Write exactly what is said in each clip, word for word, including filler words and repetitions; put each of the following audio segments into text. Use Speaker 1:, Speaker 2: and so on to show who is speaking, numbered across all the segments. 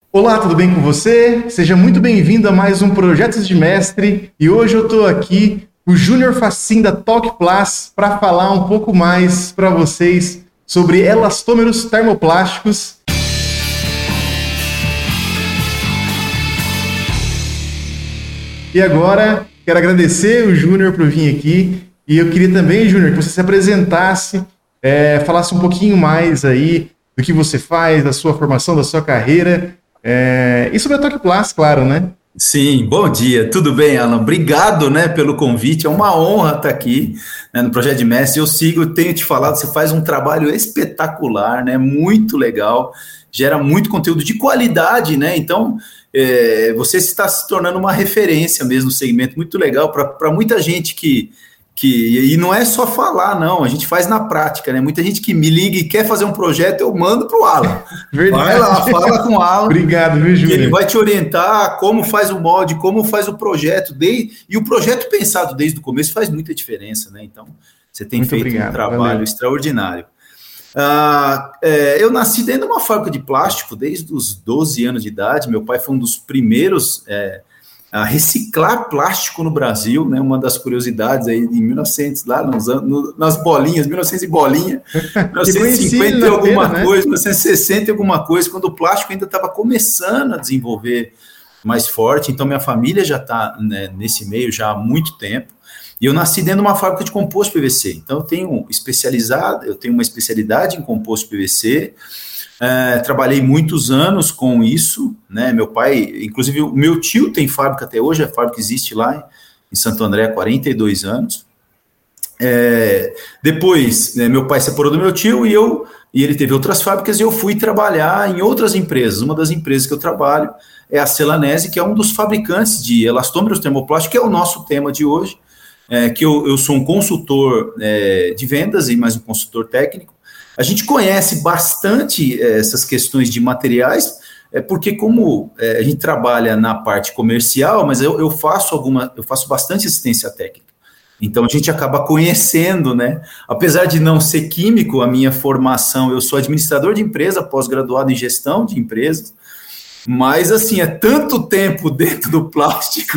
Speaker 1: Olá, tudo bem com você? Seja muito bem-vindo a mais um Projetos de Mestre e hoje eu estou aqui, o Júnior Facim da Talk Plus, para falar um pouco mais para vocês sobre elastômeros termoplásticos. E agora, quero agradecer o Júnior por vir aqui e eu queria também, Júnior, que você se apresentasse, é, falasse um pouquinho mais aí do que você faz, da sua formação, da sua carreira. É, e sobre a Talk Plus, claro, né?
Speaker 2: Sim, bom dia, tudo bem, Alan? Obrigado, né, pelo convite, é uma honra estar aqui, né, no Projeto de Mestre. Eu sigo, tenho te falado, você faz um trabalho espetacular, né, muito legal, gera muito conteúdo de qualidade, né, então é, você está se tornando uma referência mesmo no segmento, muito legal para muita gente que... Que, e não é só falar, não, a gente faz na prática, né? Muita gente que me liga e quer fazer um projeto, eu mando para o Alan. Vai lá, fala com o Alan.
Speaker 1: Obrigado, viu, Júnior?
Speaker 2: Ele vai te orientar como faz o molde, como faz o projeto. Desde, e o projeto pensado desde o começo faz muita diferença, né? Então, você tem Muito feito obrigado, um trabalho valeu. extraordinário. Ah, é, eu nasci dentro de uma fábrica de plástico desde os doze anos de idade. Meu pai foi um dos primeiros... É, a reciclar plástico no Brasil, né? Uma das curiosidades aí em mil e novecentos, lá nos anos, nas bolinhas, mil e novecentos e bolinha, mil novecentos e cinquenta e alguma pena, coisa, né? mil novecentos e sessenta e alguma coisa, quando o plástico ainda estava começando a desenvolver mais forte. Então minha família já está, né, nesse meio já há muito tempo. E eu nasci dentro de uma fábrica de composto P V C. Então eu tenho especializado, eu tenho uma especialidade em composto P V C. É, trabalhei muitos anos com isso, né? Meu pai, inclusive o meu tio tem fábrica até hoje, a fábrica existe lá em Santo André há quarenta e dois anos. É, depois, né, meu pai separou do meu tio e eu e ele teve outras fábricas e eu fui trabalhar em outras empresas. Uma das empresas que eu trabalho é a Celanese, que é um dos fabricantes de elastômeros termoplásticos, que é o nosso tema de hoje, é, que eu, eu sou um consultor é, de vendas e mais um consultor técnico. A gente conhece bastante é, essas questões de materiais, é, porque como é, a gente trabalha na parte comercial, mas eu, eu faço alguma, eu faço bastante assistência técnica. Então a gente acaba conhecendo, né? Apesar de não ser químico, a minha formação, eu sou administrador de empresa, pós-graduado em gestão de empresas, mas assim, é tanto tempo dentro do plástico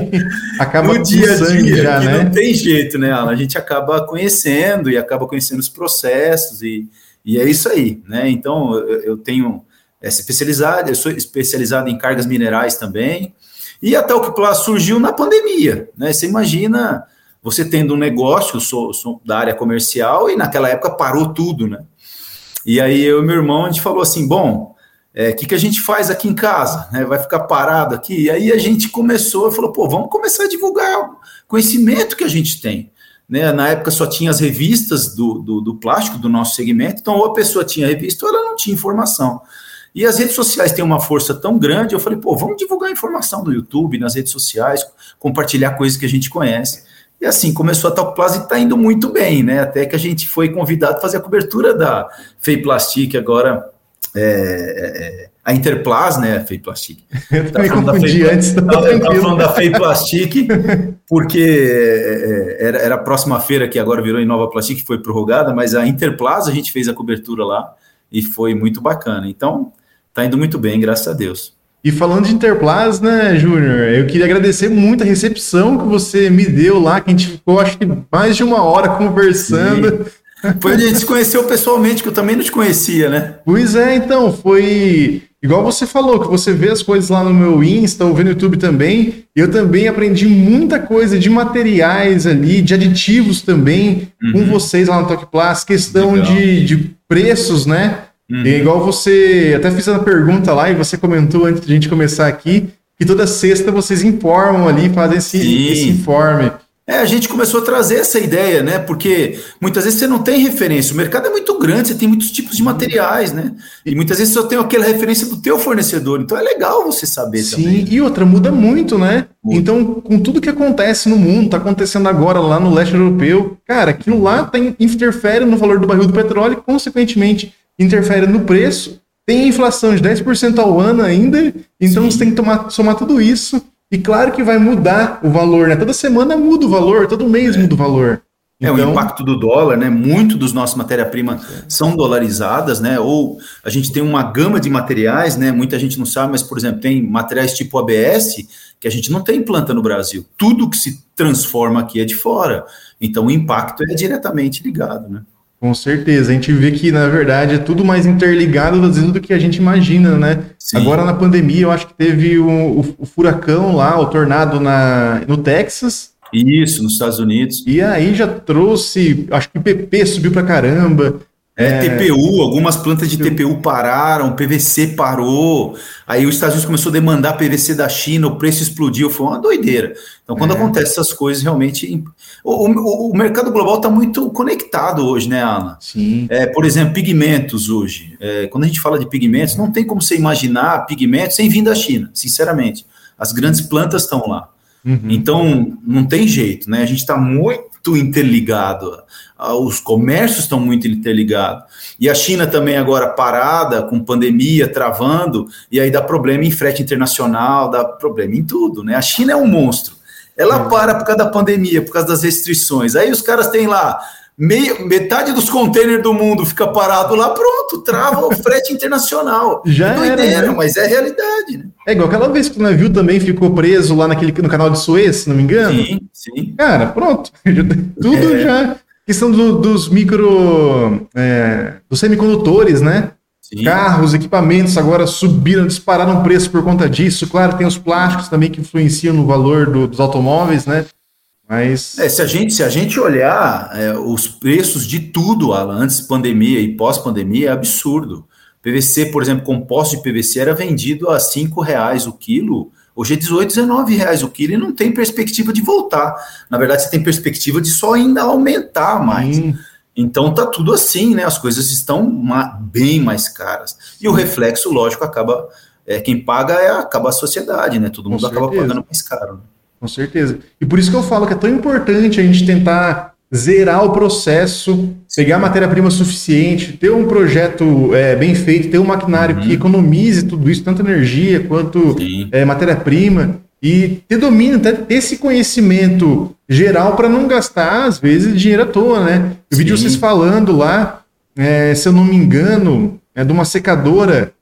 Speaker 1: acaba
Speaker 2: no dia a dia
Speaker 1: já,
Speaker 2: que
Speaker 1: né?
Speaker 2: Não tem jeito, né, Alan? A gente acaba conhecendo e acaba conhecendo os processos e, e é isso aí, né? Então eu, eu tenho essa especializada, eu sou especializado em cargas minerais também, e a Talk Plus surgiu na pandemia, né? Você imagina você tendo um negócio, eu sou, sou da área comercial e naquela época parou tudo, né? E aí eu e meu irmão, a gente falou assim, bom, o é, que, que a gente faz aqui em casa, né? Vai ficar parado aqui? E aí a gente começou e falou, pô, vamos começar a divulgar o conhecimento que a gente tem, né? Na época só tinha as revistas do, do, do plástico, do nosso segmento, então ou a pessoa tinha revista ou ela não tinha informação. E as redes sociais têm uma força tão grande, eu falei, pô, vamos divulgar a informação do YouTube, nas redes sociais, compartilhar coisas que a gente conhece. E assim, começou a Talk Plus e está indo muito bem, né? Até que a gente foi convidado a fazer a cobertura da Feiplastic agora... É, é, a Interplas, né, a Feiplastic.
Speaker 1: Eu tá falando da Feiplastic,
Speaker 2: eu estava falando da Feiplastic, porque é, era, era a próxima feira que agora virou Inova Plastic, que foi prorrogada, mas a Interplas a gente fez a cobertura lá e foi muito bacana. Então, tá indo muito bem, graças a Deus.
Speaker 1: E falando de Interplas, né, Júnior, eu queria agradecer muito a recepção que você me deu lá, que a gente ficou, acho que mais de uma hora conversando. Sim.
Speaker 2: Foi onde a gente se conheceu pessoalmente, que eu também não te conhecia, né?
Speaker 1: Pois é, então, foi igual você falou, que você vê as coisas lá no meu Insta, ou vê no YouTube também, eu também aprendi muita coisa de materiais ali, de aditivos também, uhum. com vocês lá no Talk Plus, questão de, de preços, né? Uhum. E igual você, até fiz uma pergunta lá, e você comentou antes de a gente começar aqui, que toda sexta vocês informam ali, fazem esse, esse informe.
Speaker 2: É, a gente começou a trazer essa ideia, né? Porque muitas vezes você não tem referência. O mercado é muito grande, você tem muitos tipos de materiais, né? E muitas vezes você só tem aquela referência do teu fornecedor. Então é legal você saber
Speaker 1: Sim,
Speaker 2: também.
Speaker 1: Sim, e outra, muda muito, né? Muito. Então, com tudo que acontece no mundo, tá acontecendo agora lá no leste europeu, cara, aquilo lá tem, interfere no valor do barril do petróleo e, consequentemente, interfere no preço. Tem inflação de dez por cento ao ano ainda, então Sim. você tem que tomar, somar tudo isso. E claro que vai mudar o valor, né? Toda semana muda o valor, todo mês é. muda o valor.
Speaker 2: É então, o impacto do dólar, né? Muito dos nossos matérias-primas são dolarizadas, né? Ou a gente tem uma gama de materiais, né? Muita gente não sabe, mas, por exemplo, tem materiais tipo A B S que a gente não tem planta no Brasil. Tudo que se transforma aqui é de fora. Então, o impacto é diretamente ligado, né?
Speaker 1: Com certeza. A gente vê que, na verdade, é tudo mais interligado às vezes do que a gente imagina, né? Sim. Agora, na pandemia, eu acho que teve o, o, o furacão lá, o tornado na, no Texas.
Speaker 2: Isso, nos Estados Unidos.
Speaker 1: E aí já trouxe, acho que o P P subiu pra caramba.
Speaker 2: É, é, T P U, algumas plantas de T P U pararam, P V C parou, aí os Estados Unidos começou a demandar P V C da China, o preço explodiu, foi uma doideira. Então, quando é. acontece essas coisas, realmente... O, o, o mercado global está muito conectado hoje, né, Ana?
Speaker 1: Sim.
Speaker 2: É, por exemplo, pigmentos hoje. É, quando a gente fala de pigmentos, não tem como você imaginar pigmentos sem vir da China, sinceramente. As grandes plantas estão lá. Uhum. Então, não tem jeito, né? A gente está muito interligado, os comércios estão muito interligados, e a China também agora parada, com pandemia, travando, e aí dá problema em frete internacional, dá problema em tudo, né? A China é um monstro, ela para por causa da pandemia, por causa das restrições, aí os caras têm lá, meio, metade dos containers do mundo fica parado lá, pronto, trava o frete internacional.
Speaker 1: Já é doideira,
Speaker 2: era, né? Mas é realidade, né?
Speaker 1: É igual aquela vez que o navio também ficou preso lá naquele, no canal de Suez, se não me engano.
Speaker 2: Sim, sim.
Speaker 1: Cara, pronto. Tudo é. já... Questão do, dos micro... É, dos semicondutores, né? Sim. Carros, equipamentos agora subiram, dispararam o preço por conta disso. Claro, tem os plásticos também que influenciam no valor do, dos automóveis, né? Mas...
Speaker 2: É, se, a gente, se a gente olhar é, os preços de tudo, Alan, antes de pandemia e pós-pandemia, é absurdo. P V C, por exemplo, composto de P V C era vendido a cinco reais o quilo, hoje é dezoito, dezenove reais o quilo e não tem perspectiva de voltar. Na verdade, você tem perspectiva de só ainda aumentar mais. Hum. Então tá tudo assim, né? As coisas estão ma- bem mais caras. E o reflexo, lógico, acaba... É, quem paga é, acaba a sociedade, né? Todo mundo acaba pagando mais caro. Né?
Speaker 1: Com certeza. E por isso que eu falo que é tão importante a gente tentar zerar o processo, pegar matéria-prima suficiente, ter um projeto é, bem feito, ter um maquinário uhum. que economize tudo isso, tanto energia quanto é, matéria-prima, e ter domínio, ter esse conhecimento geral para não gastar, às vezes, dinheiro à toa, né? Eu vi vocês falando lá, é, se eu não me engano, é de uma secadora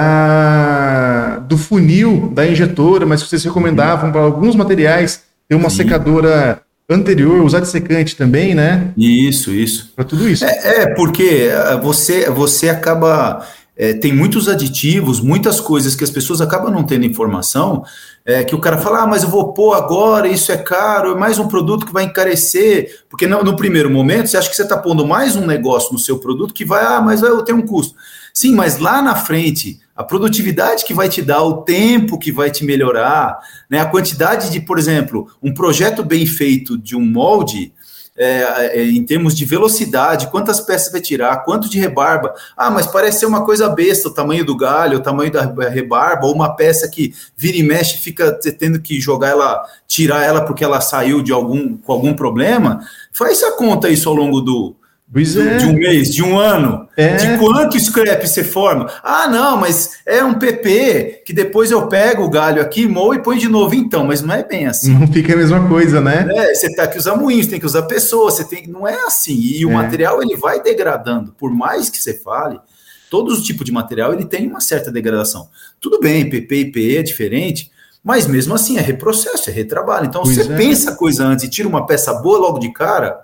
Speaker 1: da, do funil da injetora, mas que vocês recomendavam para alguns materiais ter uma Sim. secadora anterior, usar de secante também, né?
Speaker 2: Isso, isso.
Speaker 1: Para tudo isso.
Speaker 2: É, é porque você, você acaba... É, tem muitos aditivos, muitas coisas que as pessoas acabam não tendo informação, é, que o cara fala, ah, mas eu vou pôr agora, isso é caro, é mais um produto que vai encarecer, porque no, no primeiro momento você acha que você está pondo mais um negócio no seu produto que vai, ah, mas eu tenho um custo. Sim, mas lá na frente, a produtividade que vai te dar, o tempo que vai te melhorar, né, a quantidade de, por exemplo, um projeto bem feito de um molde, é, é, em termos de velocidade, quantas peças vai tirar, quanto de rebarba, ah, mas parece ser uma coisa besta, o tamanho do galho, o tamanho da rebarba, ou uma peça que vira e mexe, fica tendo que jogar ela, tirar ela porque ela saiu de algum, com algum problema, faz a conta isso ao longo do Do, é. de um mês, de um ano, é. de quanto scrap você forma. Ah, não, mas é um P P que depois eu pego o galho aqui, moo e põe de novo. Então, mas não é bem assim.
Speaker 1: Não fica a mesma coisa, né?
Speaker 2: É, você tem que usar moinhos, tem que usar pessoas, você tem, não é assim. E o é. material ele vai degradando, por mais que você fale, todos os tipos de material ele tem uma certa degradação. Tudo bem, P P e P E é diferente, mas mesmo assim é reprocesso, é retrabalho. Então, pois você é. pensa a coisa antes e tira uma peça boa logo de cara,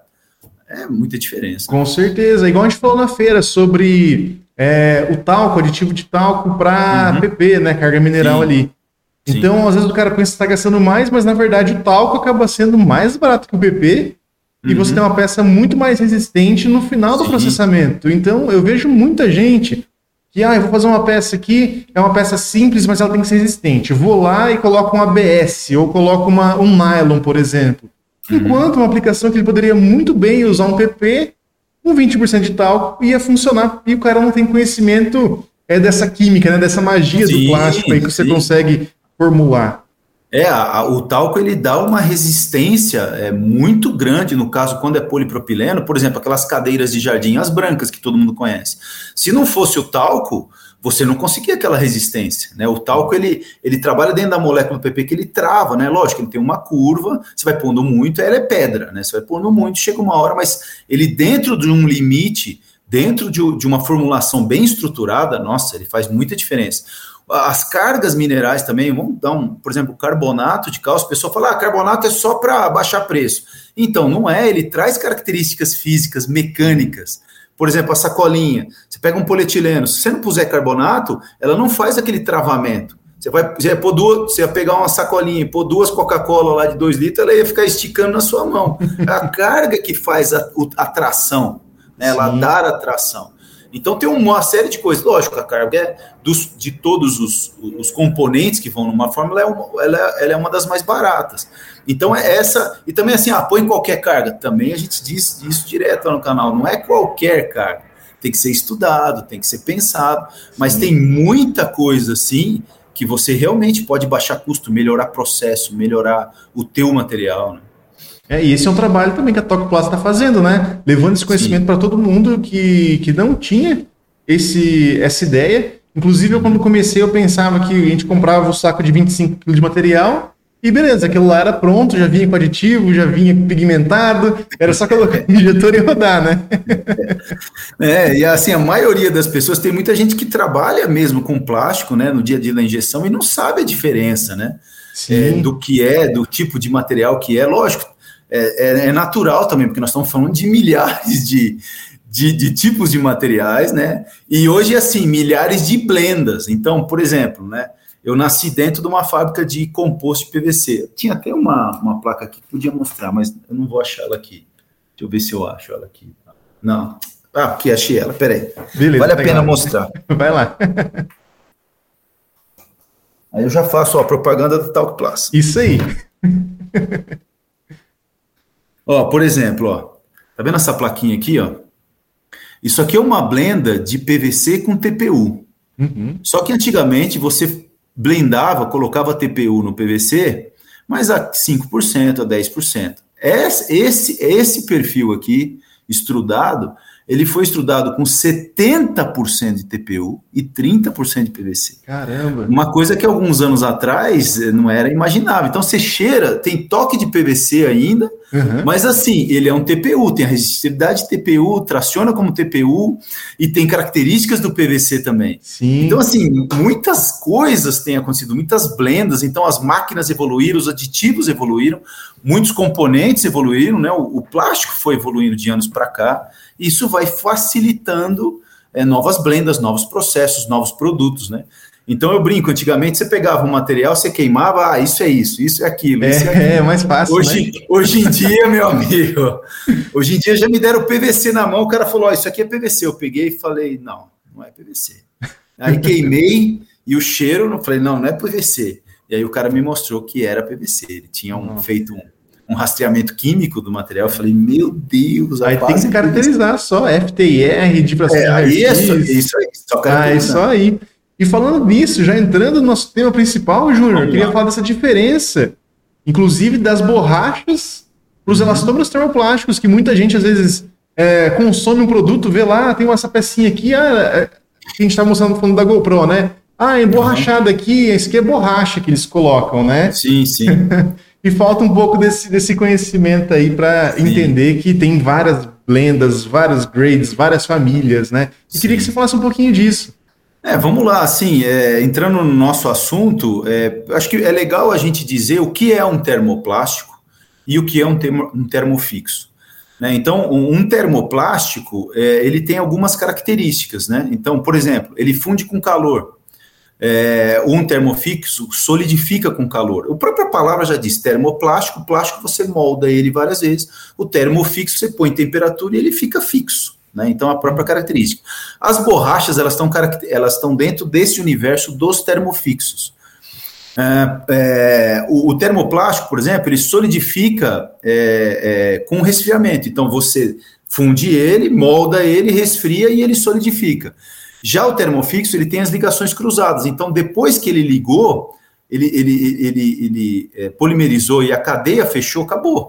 Speaker 2: é muita diferença.
Speaker 1: Com certeza. Igual a gente falou na feira sobre é, o talco, aditivo de talco para uhum. P P, né? Carga mineral Sim. ali. Então, Sim. às vezes o cara pensa que está gastando mais, mas na verdade o talco acaba sendo mais barato que o P P uhum. e você tem uma peça muito mais resistente no final do Sim. processamento. Então, eu vejo muita gente que, ah, eu vou fazer uma peça aqui, é uma peça simples, mas ela tem que ser resistente. Eu vou lá e coloco um A B S ou coloco uma, um nylon, por exemplo. Enquanto uma aplicação que ele poderia muito bem usar um P P, um vinte por cento de talco ia funcionar, e o cara não tem conhecimento é, dessa química, né, dessa magia sim, do plástico aí que você sim. consegue formular.
Speaker 2: É, a, a, o talco ele dá uma resistência é, muito grande, no caso quando é polipropileno, por exemplo, aquelas cadeiras de jardim, as brancas que todo mundo conhece. Se não fosse o talco, você não conseguia aquela resistência, né? O talco, ele, ele trabalha dentro da molécula do P P que ele trava, né? Lógico, ele tem uma curva, você vai pondo muito, ela é pedra, né? Você vai pondo muito, chega uma hora, mas ele dentro de um limite, dentro de, de uma formulação bem estruturada, nossa, ele faz muita diferença. As cargas minerais também, vamos dar um, por exemplo, carbonato de cálcio, o pessoal fala, ah, carbonato é só para baixar preço. Então, não é, ele traz características físicas, mecânicas. Por exemplo, a sacolinha, você pega um polietileno, se você não puser carbonato, ela não faz aquele travamento. Você vai, você vai, pôr duas, você vai pegar uma sacolinha e pôr duas Coca-Cola lá de dois litros, ela ia ficar esticando na sua mão. É a carga que faz a, a tração, né? Ela dá a tração. Então tem uma série de coisas. Lógico, a carga é dos, de todos os, os componentes que vão numa fórmula, é uma, ela, ela é uma das mais baratas. Então é essa, e também assim, ah, põe qualquer carga. Também a gente diz isso direto lá no canal, não é qualquer carga. Tem que ser estudado, tem que ser pensado, mas Sim. tem muita coisa assim que você realmente pode baixar custo, melhorar processo, melhorar o teu material, né?
Speaker 1: É, e esse é um trabalho também que a Tocoplast está fazendo, né? Levando esse conhecimento para todo mundo que, que não tinha esse, essa ideia. Inclusive, eu, quando comecei, eu pensava que a gente comprava o saco de vinte e cinco quilos de material e beleza, aquilo lá era pronto, já vinha com aditivo, já vinha pigmentado, era só colocar no injetor e rodar, né?
Speaker 2: É, e assim, a maioria das pessoas, tem muita gente que trabalha mesmo com plástico, né, no dia a dia da injeção e não sabe a diferença, né? É, do que é, do tipo de material que é, lógico. É, é, é natural também, porque nós estamos falando de milhares de, de, de tipos de materiais, né? E hoje, assim, milhares de blendas. Então, por exemplo, né? Eu nasci dentro de uma fábrica de composto de P V C. Tinha até uma, uma placa aqui que podia mostrar, mas eu não vou achar ela aqui. Deixa eu ver se eu acho ela aqui. Não. Ah, aqui, achei ela. Peraí. Beleza, vale a pena mostrar.
Speaker 1: Vai lá.
Speaker 2: Aí eu já faço ó, a propaganda do Tocoplast.
Speaker 1: Isso aí.
Speaker 2: Ó, por exemplo, ó, tá vendo essa plaquinha aqui, ó? Isso aqui é uma blenda de P V C com T P U. Uhum. Só que antigamente você blendava, colocava T P U no P V C, mas a cinco por cento, a dez por cento. Esse, esse, esse perfil aqui, extrudado, ele foi extrudado com setenta por cento de T P U e trinta por cento de P V C.
Speaker 1: Caramba!
Speaker 2: Uma coisa que alguns anos atrás não era imaginável. Então você cheira, tem toque de P V C ainda, uhum. mas assim, ele é um T P U, tem a resistividade de T P U, traciona como T P U e tem características do P V C também.
Speaker 1: Sim.
Speaker 2: Então assim, muitas coisas têm acontecido, muitas blendas, então as máquinas evoluíram, os aditivos evoluíram, muitos componentes evoluíram, né? O, o plástico foi evoluindo de anos para cá. Isso vai facilitando é, novas blendas, novos processos, novos produtos, né? Então eu brinco, antigamente você pegava um material, você queimava, ah, isso é isso, isso é aquilo.
Speaker 1: É,
Speaker 2: isso é, aquilo.
Speaker 1: É mais fácil,
Speaker 2: hoje,
Speaker 1: né?
Speaker 2: Hoje em dia, meu amigo, hoje em dia já me deram P V C na mão, o cara falou, ó, isso aqui é P V C. Eu peguei e falei, não, não é P V C. Aí queimei e o cheiro, eu falei, não, não é P V C. E aí o cara me mostrou que era P V C, ele tinha um, feito um um rastreamento químico do material, eu falei, meu Deus,
Speaker 1: aí tem que caracterizar só F T I R, difração de
Speaker 2: raio-x. Isso, isso aí, só
Speaker 1: ah, é só aí. E falando nisso, já entrando no nosso tema principal, Júnior, eu queria falar dessa diferença, inclusive das borrachas para os uhum. elastômeros termoplásticos, que muita gente às vezes é, consome um produto, vê lá, tem essa pecinha aqui, ah, a gente está mostrando falando da GoPro, né? Ah, emborrachada uhum. aqui, esse aqui é borracha que eles colocam, né?
Speaker 2: Sim, sim.
Speaker 1: E falta um pouco desse, desse conhecimento aí para entender que tem várias blendas, vários grades, várias famílias, né? E Sim. queria que você falasse um pouquinho disso.
Speaker 2: É, vamos lá, assim, é, entrando no nosso assunto, é, acho que é legal a gente dizer o que é um termoplástico e o que é um, termo, um termofixo. Né? Então, um termoplástico, é, ele tem algumas características, né? Então, por exemplo, ele funde com calor. É, um termofixo solidifica com calor. A própria palavra já diz termoplástico, plástico você molda ele várias vezes, o termofixo você põe temperatura e ele fica fixo, né? Então a própria característica. As borrachas elas estão elas estão dentro desse universo dos termofixos. É, é, o, o termoplástico, por exemplo, ele solidifica é, é, com resfriamento, então você funde ele, molda ele, resfria e ele solidifica. Já o termofixo, ele tem as ligações cruzadas. Então, depois que ele ligou, ele, ele, ele, ele é, polimerizou e a cadeia fechou, acabou.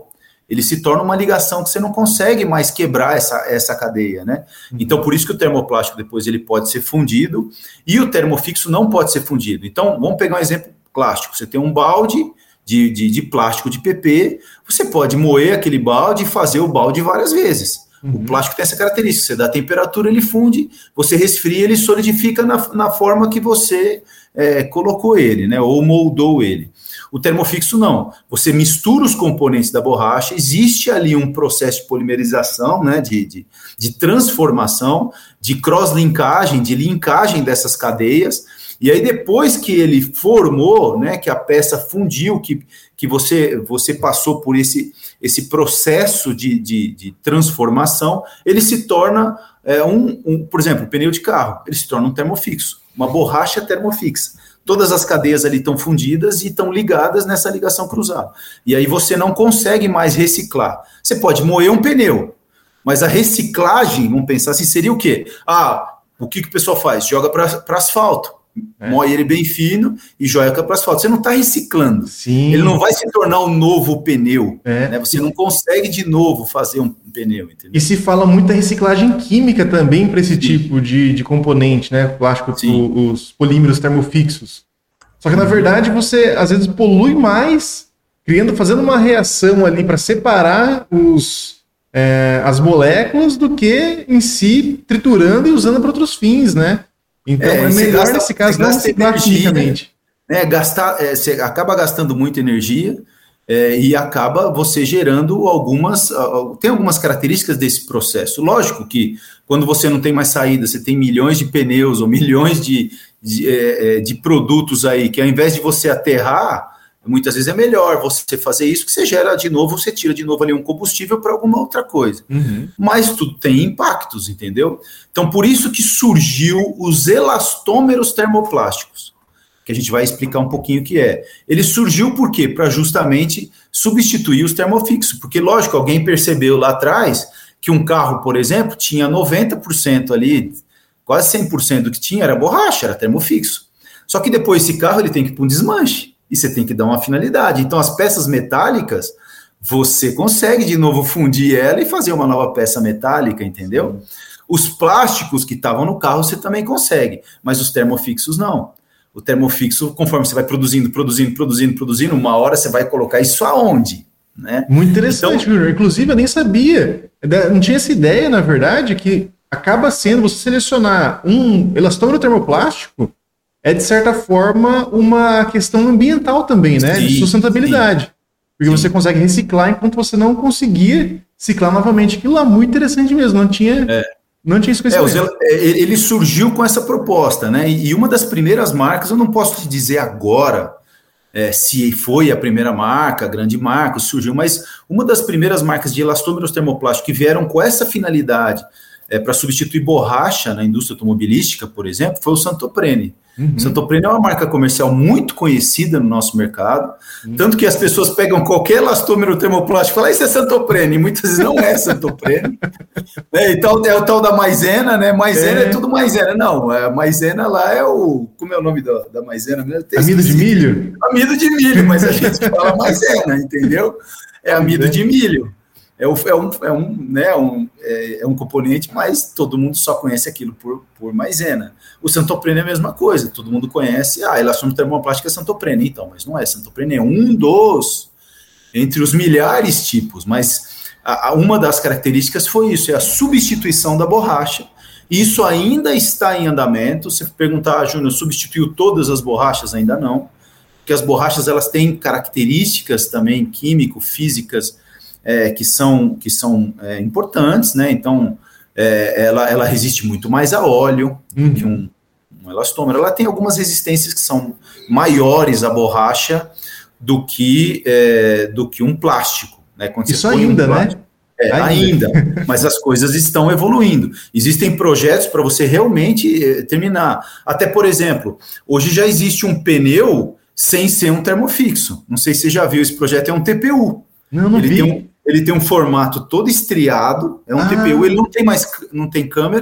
Speaker 2: ele se torna uma ligação que você não consegue mais quebrar essa, essa cadeia, né? Então, por isso que o termoplástico depois ele pode ser fundido e o termofixo não pode ser fundido. Então, vamos pegar um exemplo plástico. Você tem um balde de, de, de plástico de P P, você pode moer aquele balde e fazer o balde várias vezes. Uhum. O plástico tem essa característica, você dá temperatura, ele funde, você resfria, ele solidifica na, na forma que você é, colocou ele, né? Ou moldou ele. O termofixo não, você mistura os componentes da borracha, existe ali um processo de polimerização, né, de, de, de transformação, de cross-linkagem, de linkagem dessas cadeias, e aí depois que ele formou, né, que a peça fundiu, que, que você, você passou por esse, esse processo de, de, de transformação, ele se torna, é, um, um, por exemplo, um pneu de carro, ele se torna um termofixo, uma borracha termofixa. Todas as cadeias ali estão fundidas e estão ligadas nessa ligação cruzada. E aí você não consegue mais reciclar. Você pode moer um pneu, mas a reciclagem, vamos pensar assim, seria o quê? Ah, o que, que o pessoal faz? Joga para asfalto. É. Moe ele bem fino e joga para asfalto. Você não está reciclando.
Speaker 1: Sim.
Speaker 2: Ele não vai se tornar um novo pneu.
Speaker 1: É.
Speaker 2: Né? Você não consegue de novo fazer um pneu. Entendeu?
Speaker 1: E se fala muito da reciclagem química também para esse Sim. tipo de, de componente, né? Plástico, o, os polímeros termofixos. Só que, na verdade, você às vezes polui mais, criando, fazendo uma reação ali para separar os, é, as moléculas do que em si triturando e usando para outros fins, né? Então é, é melhor gasta, nesse caso não reciclar quimicamente.
Speaker 2: Né? Gastar, é, você acaba gastando muita energia é, e acaba você gerando algumas... Tem algumas características desse processo. Lógico que quando você não tem mais saída, você tem milhões de pneus ou milhões de, de, é, de produtos aí, que ao invés de você aterrar, muitas vezes é melhor você fazer isso, que você gera de novo, você tira de novo ali um combustível para alguma outra coisa.
Speaker 1: Uhum.
Speaker 2: Mas tudo tem impactos, entendeu? Então, por isso que surgiu os elastômeros termoplásticos, que a gente vai explicar um pouquinho o que é. Ele surgiu por quê? Para justamente substituir os termofixos, porque, lógico, alguém percebeu lá atrás que um carro, por exemplo, tinha noventa por cento ali, quase cem por cento do que tinha era borracha, era termofixo. Só que depois esse carro ele tem que ir para um desmanche, e você tem que dar uma finalidade. Então, as peças metálicas, você consegue de novo fundir ela e fazer uma nova peça metálica, entendeu? Os plásticos que estavam no carro você também consegue, mas os termofixos não. O termofixo, conforme você vai produzindo, produzindo, produzindo, produzindo, uma hora você vai colocar isso aonde? Né?
Speaker 1: Muito interessante, então, Júnior. Inclusive, eu nem sabia. Não tinha essa ideia, na verdade, que acaba sendo você selecionar um elastômero termoplástico é, de certa forma, uma questão ambiental também, né?
Speaker 2: Sim,
Speaker 1: de sustentabilidade.
Speaker 2: Sim.
Speaker 1: Porque
Speaker 2: sim.
Speaker 1: você consegue reciclar enquanto você não conseguia ciclar novamente. Aquilo lá, muito interessante mesmo. Não tinha,
Speaker 2: é.
Speaker 1: não tinha isso conhecimento.
Speaker 2: É, ele surgiu com essa proposta, né? E uma das primeiras marcas, eu não posso te dizer agora é, se foi a primeira marca, a grande marca, surgiu, mas uma das primeiras marcas de elastômeros termoplásticos que vieram com essa finalidade é, para substituir borracha na indústria automobilística, por exemplo, foi o Santoprene. Uhum. Santoprene é uma marca comercial muito conhecida no nosso mercado, uhum. tanto que as pessoas pegam qualquer elastômero termoplástico e falam, isso é Santoprene, e muitas vezes não é Santoprene. é, e tal, é o tal da maisena, né? Maisena é, é tudo maisena. Não, a maisena lá é o... Como é o nome da, da maisena?
Speaker 1: Amido de milho?
Speaker 2: Amido de milho, mas a gente fala maisena, entendeu? É amido de milho. É um, é, um, é, um, né, um, é, é um componente, mas todo mundo só conhece aquilo por, por maisena. O Santoprene é a mesma coisa, todo mundo conhece, ah, elastômero termoplástico é Santoprene, então, mas não é, Santoprene é um dos, entre os milhares tipos, mas a, a, uma das características foi isso, é a substituição da borracha, e isso ainda está em andamento. Se perguntar, ah, Júnior, substituiu todas as borrachas? Ainda não, porque as borrachas, elas têm características também químico-físicas, É, que são, que são é, importantes, né? Então, é, ela, ela resiste muito mais a óleo uhum. que um, um elastômero. Ela tem algumas resistências que são maiores à borracha do que, é, do que um plástico. Né?
Speaker 1: Quando Isso ainda, um plástico,
Speaker 2: né? É, ainda. ainda, mas as coisas estão evoluindo. Existem projetos para você realmente é, terminar. Até, por exemplo, hoje já existe um pneu sem ser um termofixo. Não sei se você já viu, esse projeto é um T P U.
Speaker 1: Não, não
Speaker 2: ele
Speaker 1: vi.
Speaker 2: Tem um, ele tem um formato todo estriado, é um ah. T P U, ele não tem mais não tem câmera,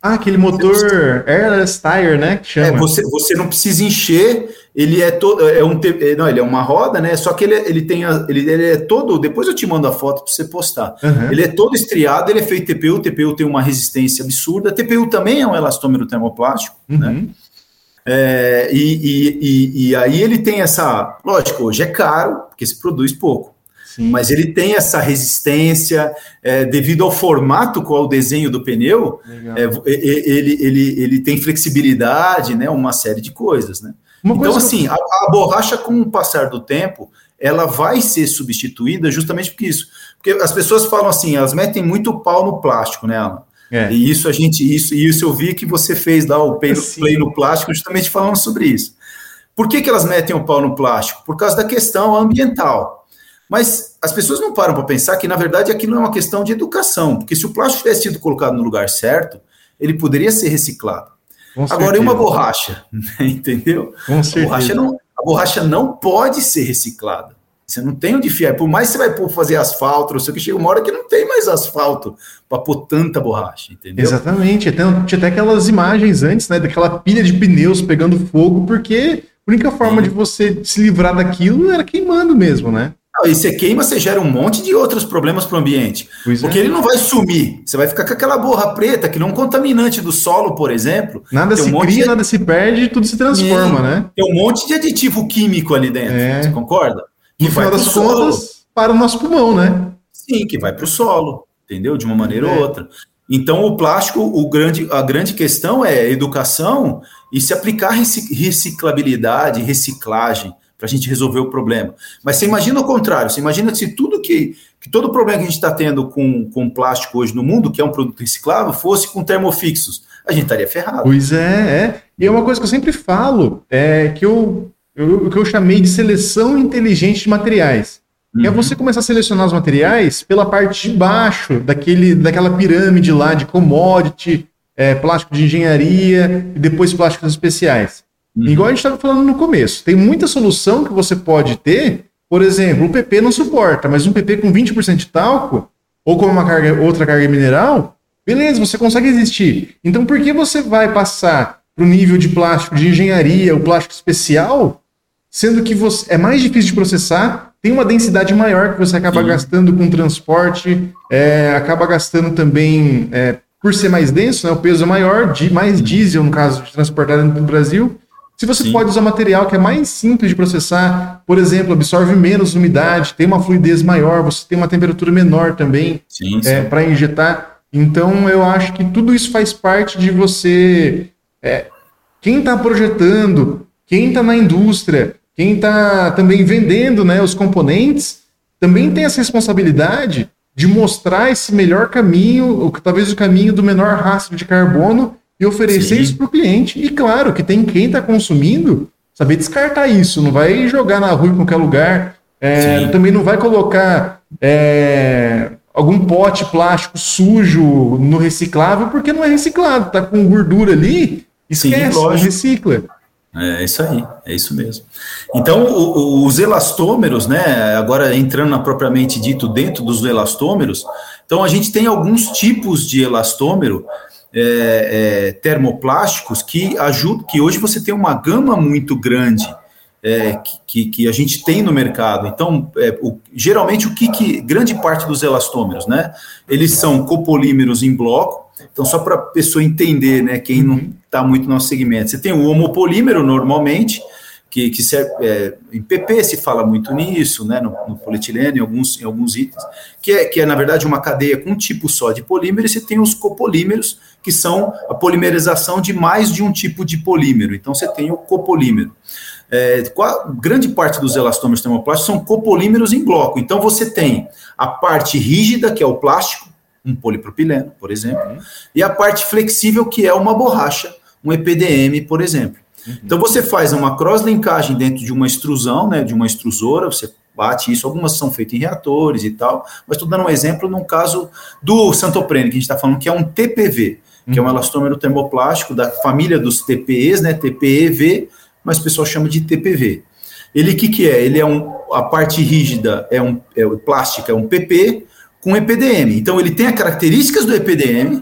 Speaker 1: Ah, aquele motor airless tire, né? Que chama.
Speaker 2: É, você, você não precisa encher, ele é todo, é um, não, ele é uma roda, né? Só que ele, ele tem, a, ele, ele é todo, depois eu te mando a foto para você postar. Uhum. Ele é todo estriado, ele é feito T P U, T P U tem uma resistência absurda, T P U também é um elastômero termoplástico, uhum. né? É, e, e, e, e aí ele tem essa, lógico, hoje é caro, porque se produz pouco. Sim. Mas ele tem essa resistência, é, devido ao formato com o desenho do pneu, é, ele, ele, ele tem flexibilidade, né, uma série de coisas. Né? Então, assim, eu... a, a borracha, com o passar do tempo, ela vai ser substituída justamente por isso. Porque as pessoas falam assim, elas metem muito pau no plástico, né, Alan? É. E isso a gente, isso, isso eu vi que você fez lá o play, play no plástico, justamente falando sobre isso. Por que, que elas metem o pau no plástico? Por causa da questão ambiental. Mas as pessoas não param para pensar que, na verdade, aquilo é uma questão de educação, porque se o plástico tivesse sido colocado no lugar certo, ele poderia ser reciclado. Com Agora, certeza. E uma borracha? Entendeu? Com certeza. A borracha, não, a borracha não pode ser reciclada. Você não tem onde fiar. Por mais que você vai fazer asfalto, não sei o que, chega uma hora que não tem mais asfalto para pôr tanta borracha, entendeu?
Speaker 1: Exatamente. Tinha até aquelas imagens antes, né, daquela pilha de pneus pegando fogo, porque a única forma Sim. de você se livrar daquilo era queimando mesmo, né?
Speaker 2: Não, e você queima, você gera um monte de outros problemas para o ambiente. Pois porque é. Ele não vai sumir. Você vai ficar com aquela borra preta, que não é um contaminante do solo, por exemplo.
Speaker 1: Nada se um cria, de... nada se perde, tudo se transforma,
Speaker 2: Sim.
Speaker 1: né?
Speaker 2: Tem um monte de aditivo químico ali dentro. É. Você concorda?
Speaker 1: Que no vai final das solo. Contas, para o nosso pulmão, né?
Speaker 2: Sim, que vai para o solo, entendeu? De uma maneira é. ou outra. Então, o plástico, o grande, a grande questão é educação e se aplicar reciclabilidade, reciclagem, para a gente resolver o problema. Mas você imagina o contrário, você imagina que se tudo que, que todo o problema que a gente está tendo com, com plástico hoje no mundo, que é um produto reciclável, fosse com termofixos, a gente estaria ferrado.
Speaker 1: Pois é, é. E é uma coisa que eu sempre falo, é que eu, eu, que eu chamei de seleção inteligente de materiais. Uhum. É você começar a selecionar os materiais pela parte de baixo daquele, daquela pirâmide lá de commodity, é, plástico de engenharia e depois plásticos especiais. Uhum. Igual a gente estava falando no começo, tem muita solução que você pode ter, por exemplo, o P P não suporta, mas um P P com vinte por cento de talco, ou com uma carga, outra carga mineral, beleza, você consegue existir. Então por que você vai passar para o nível de plástico de engenharia, o plástico especial, sendo que você, é mais difícil de processar, tem uma densidade maior que você acaba Sim. gastando com transporte, é, acaba gastando também, é, por ser mais denso, né, o peso é maior, de, mais Sim. diesel no caso de transportar dentro do Brasil. Se você Sim. pode usar material que é mais simples de processar, por exemplo, absorve menos umidade, tem uma fluidez maior, você tem uma temperatura menor também é, para injetar. Então, eu acho que tudo isso faz parte de você... É, quem está projetando, quem está na indústria, quem está também vendendo, né, os componentes, também tem essa responsabilidade de mostrar esse melhor caminho, ou talvez o caminho do menor rastro de carbono, e oferecer Sim. isso para o cliente. E claro que tem quem está consumindo, saber descartar isso, não vai jogar na rua em qualquer lugar, é, também não vai colocar é, algum pote plástico sujo no reciclável, porque não é reciclado, está com gordura ali, esquece, Sim, não recicla.
Speaker 2: É isso aí, é isso mesmo. Então, o, o, os elastômeros, né, agora entrando na propriamente dito dentro dos elastômeros, então a gente tem alguns tipos de elastômero, É, é, termoplásticos que ajudam, que hoje você tem uma gama muito grande é, que, que a gente tem no mercado. Então, é, o, geralmente, o que, que grande parte dos elastômeros, né? Eles são copolímeros em bloco. Então, só para a pessoa entender, né? Quem não está muito no nosso segmento, você tem o homopolímero normalmente, que, que serve, é, em P P se fala muito nisso, né, no, no polietileno, em alguns, em alguns itens, que é, que é, na verdade, uma cadeia com um tipo só de polímero, e você tem os copolímeros, que são a polimerização de mais de um tipo de polímero. Então, você tem o copolímero. É, qual, grande parte dos elastômeros termoplásticos são copolímeros em bloco. Então, você tem a parte rígida, que é o plástico, um polipropileno, por exemplo, uhum. e a parte flexível, que é uma borracha, um E P D M, por exemplo. Uhum. Então, você faz uma cross-linkagem dentro de uma extrusão, né, de uma extrusora, você bate isso, algumas são feitas em reatores e tal, mas estou dando um exemplo no caso do Santoprene, que a gente está falando que é um T P V, uhum. que é um elastômero termoplástico da família dos T P Es, né, T P E V, mas o pessoal chama de T P V. Ele, o que, que é? Ele é um, a parte rígida é um, é plástica, é um P P com E P D M. Então, ele tem as características do E P D M,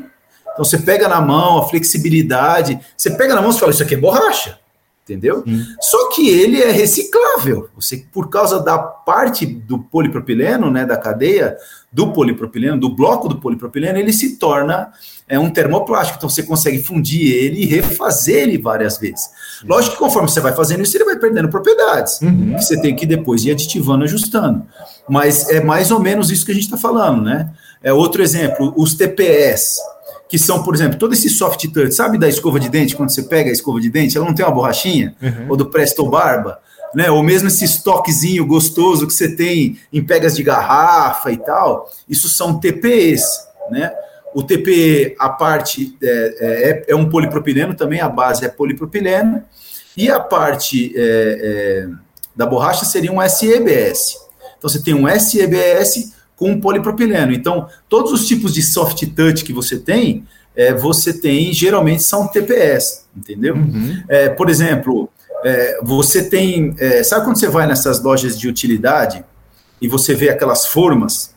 Speaker 2: Então você pega na mão, a flexibilidade, você pega na mão e fala, isso aqui é borracha, entendeu? Hum. Só que ele é reciclável. Você, por causa da parte do polipropileno, né, da cadeia do polipropileno, do bloco do polipropileno, ele se torna é, um termoplástico. Então você consegue fundir ele e refazer ele várias vezes. Hum. Lógico que conforme você vai fazendo isso, ele vai perdendo propriedades, uhum. que você tem que depois ir aditivando, ajustando. Mas é mais ou menos isso que a gente está falando, né? É outro exemplo, os T P S, que são, por exemplo, todo esse soft touch, sabe da escova de dente, quando você pega a escova de dente, ela não tem uma borrachinha? Uhum. Ou do Presto Barba, né? Ou mesmo esse estoquezinho gostoso que você tem em pegas de garrafa e tal, isso são T P Es, né? O T P E, a parte é, é, é um polipropileno também, a base é polipropileno, e a parte é, é, da borracha seria um S E B S. Então você tem um S E B S com polipropileno. Então, todos os tipos de soft touch que você tem, é, você tem, geralmente, são T P S, entendeu? Uhum. É, por exemplo, é, você tem... É, sabe quando você vai nessas lojas de utilidade e você vê aquelas formas?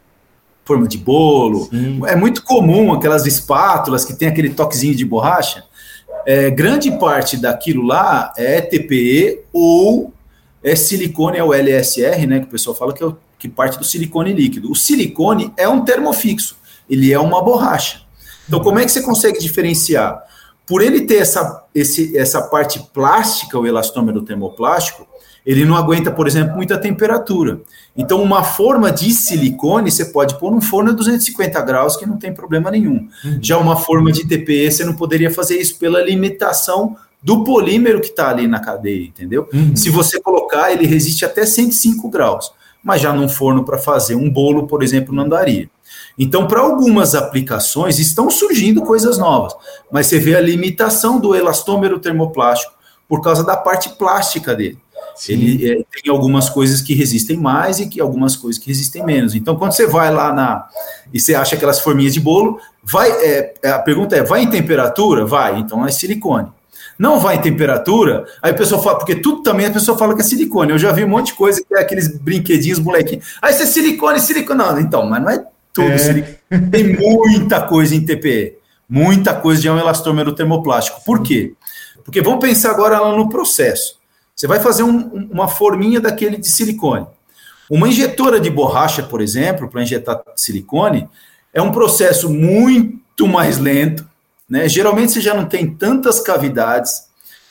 Speaker 2: Forma de bolo. Sim. É muito comum aquelas espátulas que tem aquele toquezinho de borracha. É, grande parte daquilo lá é T P E ou é silicone, é o L S R, né, que o pessoal fala que é o que parte do silicone líquido. O silicone é um termofixo, ele é uma borracha. Então, como é que você consegue diferenciar? Por ele ter essa, esse, essa parte plástica, o elastômero termoplástico, ele não aguenta, por exemplo, muita temperatura. Então, uma forma de silicone, você pode pôr num forno a duzentos e cinquenta graus, que não tem problema nenhum. Uhum. Já uma forma de T P E, você não poderia fazer isso pela limitação do polímero que está ali na cadeia, entendeu? Uhum. Se você colocar, ele resiste até cento e cinco graus. Mas já num forno para fazer um bolo, por exemplo, não daria. Então, para algumas aplicações, estão surgindo coisas novas, mas você vê a limitação do elastômero termoplástico por causa da parte plástica dele. Sim. Ele é, tem algumas coisas que resistem mais e que algumas coisas que resistem menos. Então, quando você vai lá na e você acha aquelas forminhas de bolo, vai, é, a pergunta é, vai em temperatura? Vai, então é silicone. Não vai em temperatura, aí a pessoa fala, porque tudo também a pessoa fala que é silicone. Eu já vi um monte de coisa que é aqueles brinquedinhos, molequinhos. Aí você é silicone, silicone. Não, então, mas não é tudo é. silicone. Tem muita coisa em T P E. Muita coisa de um elastômero termoplástico. Por quê? Porque vamos pensar agora lá no processo. Você vai fazer um, uma forminha daquele de silicone. Uma injetora de borracha, por exemplo, para injetar silicone, é um processo muito mais lento. Né? Geralmente você já não tem tantas cavidades,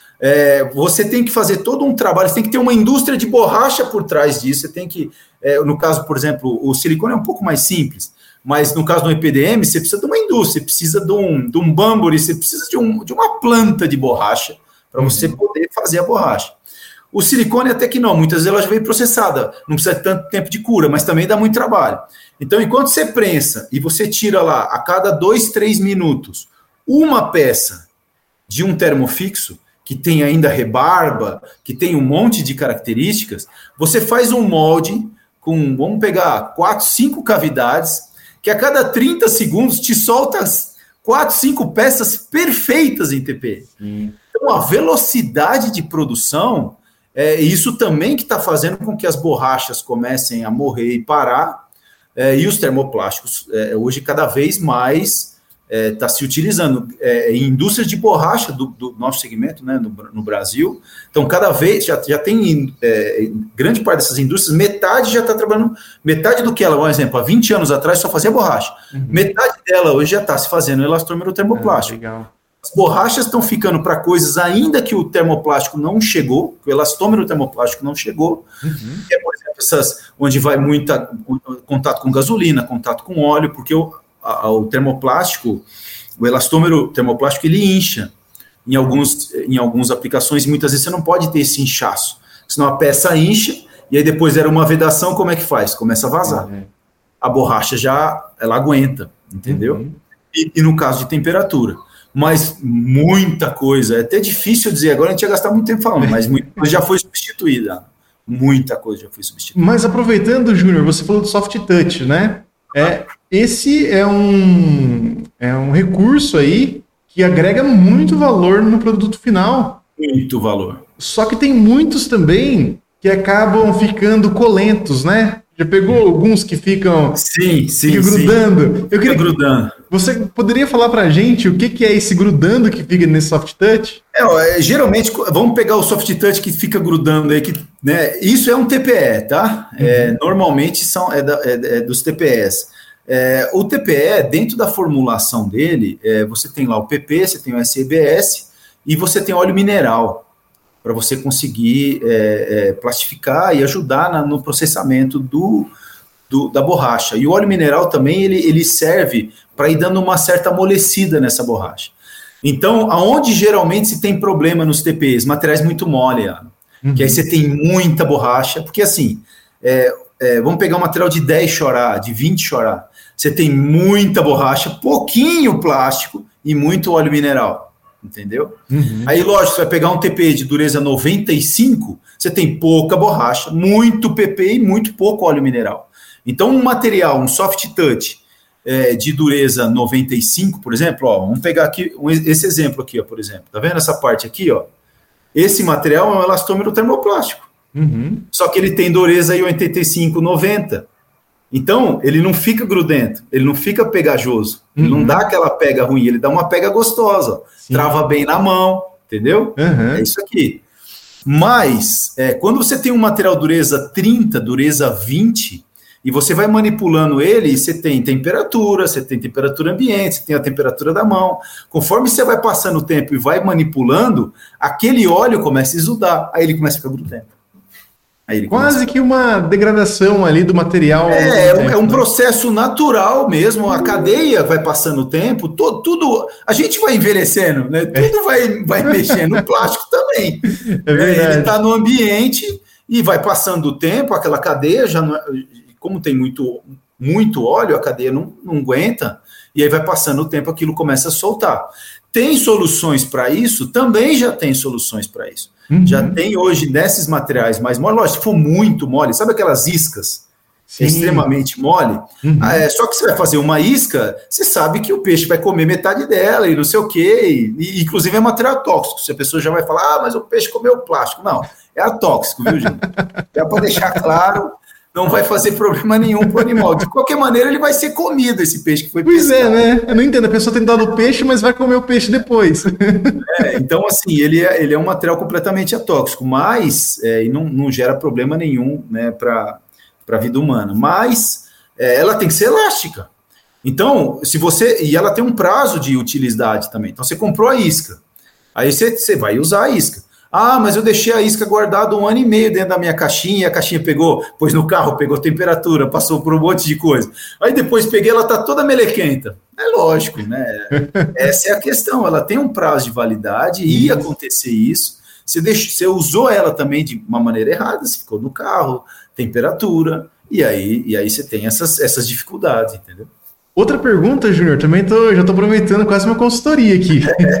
Speaker 2: é, você tem que fazer todo um trabalho, você tem que ter uma indústria de borracha por trás disso, você tem que, é, no caso, por exemplo, o silicone é um pouco mais simples, mas no caso do E P D M, você precisa de uma indústria, você precisa de um, de um bamburi, você precisa de, um, de uma planta de borracha para uhum. você poder fazer a borracha. O silicone até que não, muitas vezes ela já vem processada, não precisa de tanto tempo de cura, mas também dá muito trabalho. Então, enquanto você prensa e você tira lá a cada dois, três minutos uma peça de um termofixo, que tem ainda rebarba, que tem um monte de características, você faz um molde com, vamos pegar, quatro, cinco cavidades, que a cada trinta segundos te solta quatro, cinco peças perfeitas em T P E. Hum. Então, a velocidade de produção, é isso também que está fazendo com que as borrachas comecem a morrer e parar, é, e os termoplásticos, é, hoje, cada vez mais está é, se utilizando é, em indústrias de borracha do, do nosso segmento, né, no, no Brasil. Então, cada vez, já, já tem é, grande parte dessas indústrias, metade já está trabalhando, metade do que ela, por exemplo, há vinte anos atrás só fazia borracha. Uhum. Metade dela hoje já está se fazendo elastômero termoplástico. É, legal. As borrachas estão ficando para coisas ainda que o termoplástico não chegou, que o elastômero termoplástico não chegou, uhum. que é, por exemplo, essas, onde vai muita contato com gasolina, contato com óleo, porque o o termoplástico, o elastômero termoplástico, ele incha em, alguns, em algumas aplicações, e muitas vezes você não pode ter esse inchaço, senão a peça incha, e aí depois era uma vedação, como é que faz? Começa a vazar. Uhum. A borracha já, ela aguenta, entendeu? Uhum. E, e no caso de temperatura. Mas muita coisa, é até difícil dizer, agora a gente ia gastar muito tempo falando, mas muita coisa já foi substituída. Muita coisa já foi substituída.
Speaker 1: Mas aproveitando, Júnior, você falou do soft touch, né? É, esse é um, é um recurso aí que agrega muito valor no produto final.
Speaker 2: Muito valor.
Speaker 1: Só que tem muitos também que acabam ficando colentos, né? Já pegou alguns que ficam,
Speaker 2: sim, sim,
Speaker 1: ficam grudando?
Speaker 2: Sim. Eu queria... grudando.
Speaker 1: Você poderia falar pra gente o que, que é esse grudando que fica nesse soft touch?
Speaker 2: É, geralmente, vamos pegar o soft touch que fica grudando aí, que, né, isso é um T P E, tá? Uhum. É, normalmente são, é, da, é, é dos T P Es. É, o T P E, dentro da formulação dele, é, você tem lá o P P, você tem o S E B S e você tem óleo mineral, para você conseguir é, é, plastificar e ajudar na, no processamento do, do, da borracha. E o óleo mineral também, ele, ele serve para ir dando uma certa amolecida nessa borracha. Então, aonde geralmente se tem problema nos T P Es? Materiais muito mole, uhum. Que aí você tem muita borracha, porque assim, é, é, vamos pegar um material de dez chorar, de vinte chorar, você tem muita borracha, pouquinho plástico e muito óleo mineral. Entendeu? Uhum. Aí, lógico, você vai pegar um T P E de dureza noventa e cinco, você tem pouca borracha, muito P P e muito pouco óleo mineral. Então, um material, um soft touch é, de dureza noventa e cinco, por exemplo, ó, vamos pegar aqui um, esse exemplo aqui, ó, por exemplo. Tá vendo essa parte aqui? Ó? Esse material é um elastômero termoplástico. Uhum. Só que ele tem dureza aí oitenta e cinco, noventa. Então, ele não fica grudento, ele não fica pegajoso, uhum. Ele não dá aquela pega ruim, ele dá uma pega gostosa, sim. Trava bem na mão, entendeu? Uhum. É isso aqui. Mas, é, quando você tem um material dureza trinta, dureza vinte, e você vai manipulando ele, você tem temperatura, você tem temperatura ambiente, você tem a temperatura da mão. Conforme você vai passando o tempo e vai manipulando, aquele óleo começa a exudar, aí ele começa a ficar grudento.
Speaker 1: Quase que uma degradação ali do material.
Speaker 2: É, é, um, é um processo natural mesmo, a cadeia vai passando o tempo, todo, tudo, a gente vai envelhecendo, né? Tudo vai, vai mexendo, o plástico também. É verdade. Ele está no ambiente e vai passando o tempo, aquela cadeia, já não, como tem muito, muito óleo, a cadeia não, não aguenta, e aí vai passando o tempo, aquilo começa a soltar. Tem soluções para isso? Também já tem soluções para isso. Uhum. Já tem hoje nesses materiais mais mole, lógico, se for muito mole, sabe aquelas iscas Sim. extremamente mole? Uhum. Ah, é, só que você vai fazer uma isca, você sabe que o peixe vai comer metade dela e não sei o quê, e, e inclusive é material tóxico, se a pessoa já vai falar, ah, mas o peixe comeu plástico. Não, é atóxico, viu, gente? É para deixar claro, não vai fazer problema nenhum para o animal. De qualquer maneira, ele vai ser comido, esse peixe que foi
Speaker 1: pescado. Pois é, né? Eu não entendo, a pessoa tem dado o peixe, mas vai comer o peixe depois.
Speaker 2: É, então, assim, ele é, ele é um material completamente atóxico, mas é, e não, não gera problema nenhum, né, para a vida humana. Mas é, ela tem que ser elástica. Então, se você... E ela tem um prazo de utilidade também. Então, você comprou a isca. Aí você, você vai usar a isca. Ah, mas eu deixei a isca guardada um ano e meio dentro da minha caixinha, e a caixinha pegou, pôs no carro, pegou temperatura, passou por um monte de coisa. Aí depois peguei, ela tá toda melequenta. É lógico, né? Essa é a questão, ela tem um prazo de validade, ia acontecer isso. Você, deixou, você usou ela também de uma maneira errada, você ficou no carro, temperatura, e aí, e aí você tem essas, essas dificuldades, entendeu?
Speaker 1: Outra pergunta, Júnior, também tô, já estou aproveitando quase uma consultoria aqui.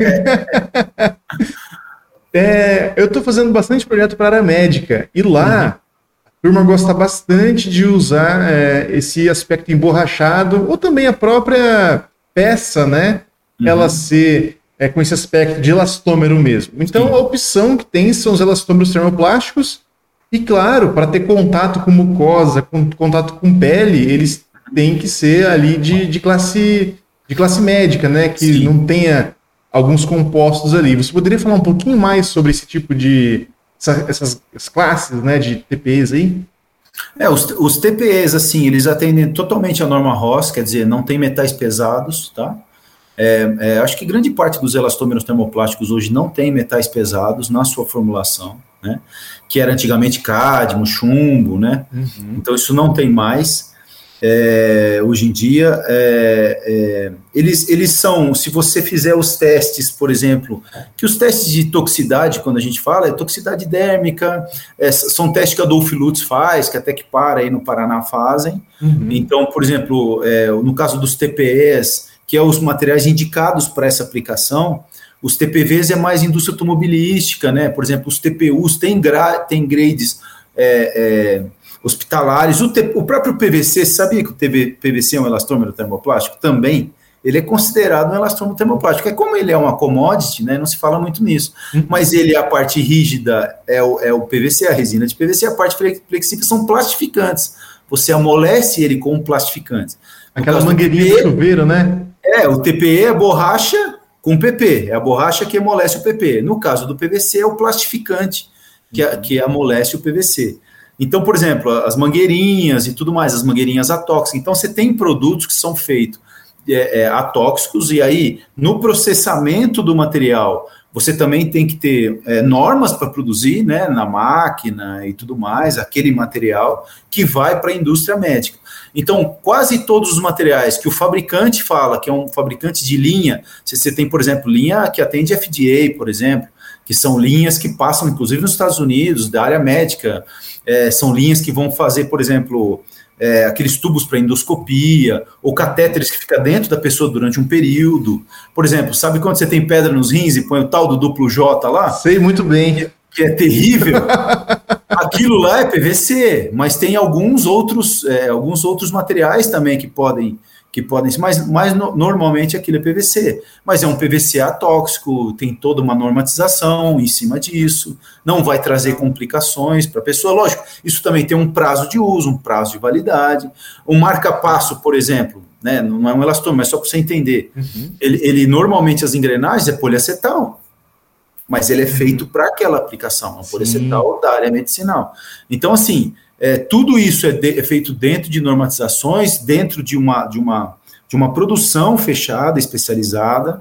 Speaker 1: É, eu estou fazendo bastante projeto para a área médica, e lá a turma gosta bastante de usar é, esse aspecto emborrachado, ou também a própria peça, né? Uhum. Ela ser é, com esse aspecto de elastômero mesmo. Então, Sim. a opção que tem são os elastômeros termoplásticos, e claro, para ter contato com mucosa, com, contato com pele, eles têm que ser ali de, de, classe, de classe médica, né? Que Sim. não tenha alguns compostos ali. Você poderia falar um pouquinho mais sobre esse tipo de... Essa, essas, essas classes, né, de T P Es aí?
Speaker 2: É, os, os T P Es, assim, eles atendem totalmente a norma Ross, quer dizer, não tem metais pesados, tá? É, é, acho que grande parte dos elastômeros termoplásticos hoje não tem metais pesados na sua formulação, né? Que era antigamente cádmio, chumbo, né? Uhum. Então isso não tem mais. É, hoje em dia, é, é, eles, eles são, se você fizer os testes, por exemplo, que os testes de toxicidade, quando a gente fala, é toxicidade dérmica, é, são testes que a Adolph Lutz faz, que até que para aí no Paraná fazem. Uhum. Então, por exemplo, é, no caso dos T P Es, que é os materiais indicados para essa aplicação, os T P Vs é mais indústria automobilística, né? Por exemplo, os T P Us tem, gra, tem grades... É, é, hospitalares, o, T, o próprio P V C, sabia que o P V C é um elastômero termoplástico? Também, ele é considerado um elastômero termoplástico, é como ele é uma commodity, né, não se fala muito nisso, uhum. mas ele, a parte rígida é o, é o P V C, a resina de P V C, a parte flexível são plastificantes, você amolece ele com um plastificante. No
Speaker 1: Aquela mangueirinha de chuveiro, né?
Speaker 2: É, o T P E é borracha com P P, é a borracha que amolece o P P. No caso do P V C, é o plastificante que, uhum. que amolece o P V C. Então, por exemplo, as mangueirinhas e tudo mais, as mangueirinhas atóxicas. Então, você tem produtos que são feitos é, é, atóxicos, e aí, no processamento do material, você também tem que ter é, normas para produzir, né, na máquina e tudo mais, aquele material que vai para a indústria médica. Então, quase todos os materiais que o fabricante fala, que é um fabricante de linha, se você tem, por exemplo, linha que atende F D A, por exemplo, que são linhas que passam, inclusive, nos Estados Unidos, da área médica, é, são linhas que vão fazer, por exemplo, é, aqueles tubos para endoscopia, ou catéteres que ficam dentro da pessoa durante um período. Por exemplo, sabe quando você tem pedra nos rins e põe o tal do duplo J lá?
Speaker 1: Sei muito bem.
Speaker 2: Que é terrível. Aquilo lá é P V C, mas tem alguns outros, é, alguns outros materiais também que podem, que podem mas, mas no, normalmente aquilo é P V C. Mas é um P V C atóxico, tem toda uma normatização em cima disso, não vai trazer complicações para a pessoa. Lógico, isso também tem um prazo de uso, um prazo de validade. Um marca-passo, por exemplo, né, não é um elastômero, mas só para você entender. Uhum. Ele, ele, normalmente, as engrenagens é poliacetal, mas ele é feito para aquela aplicação, um poliacetal da área medicinal. Então, assim, é, tudo isso é, de, é feito dentro de normatizações, dentro de uma, de uma, de uma produção fechada, especializada,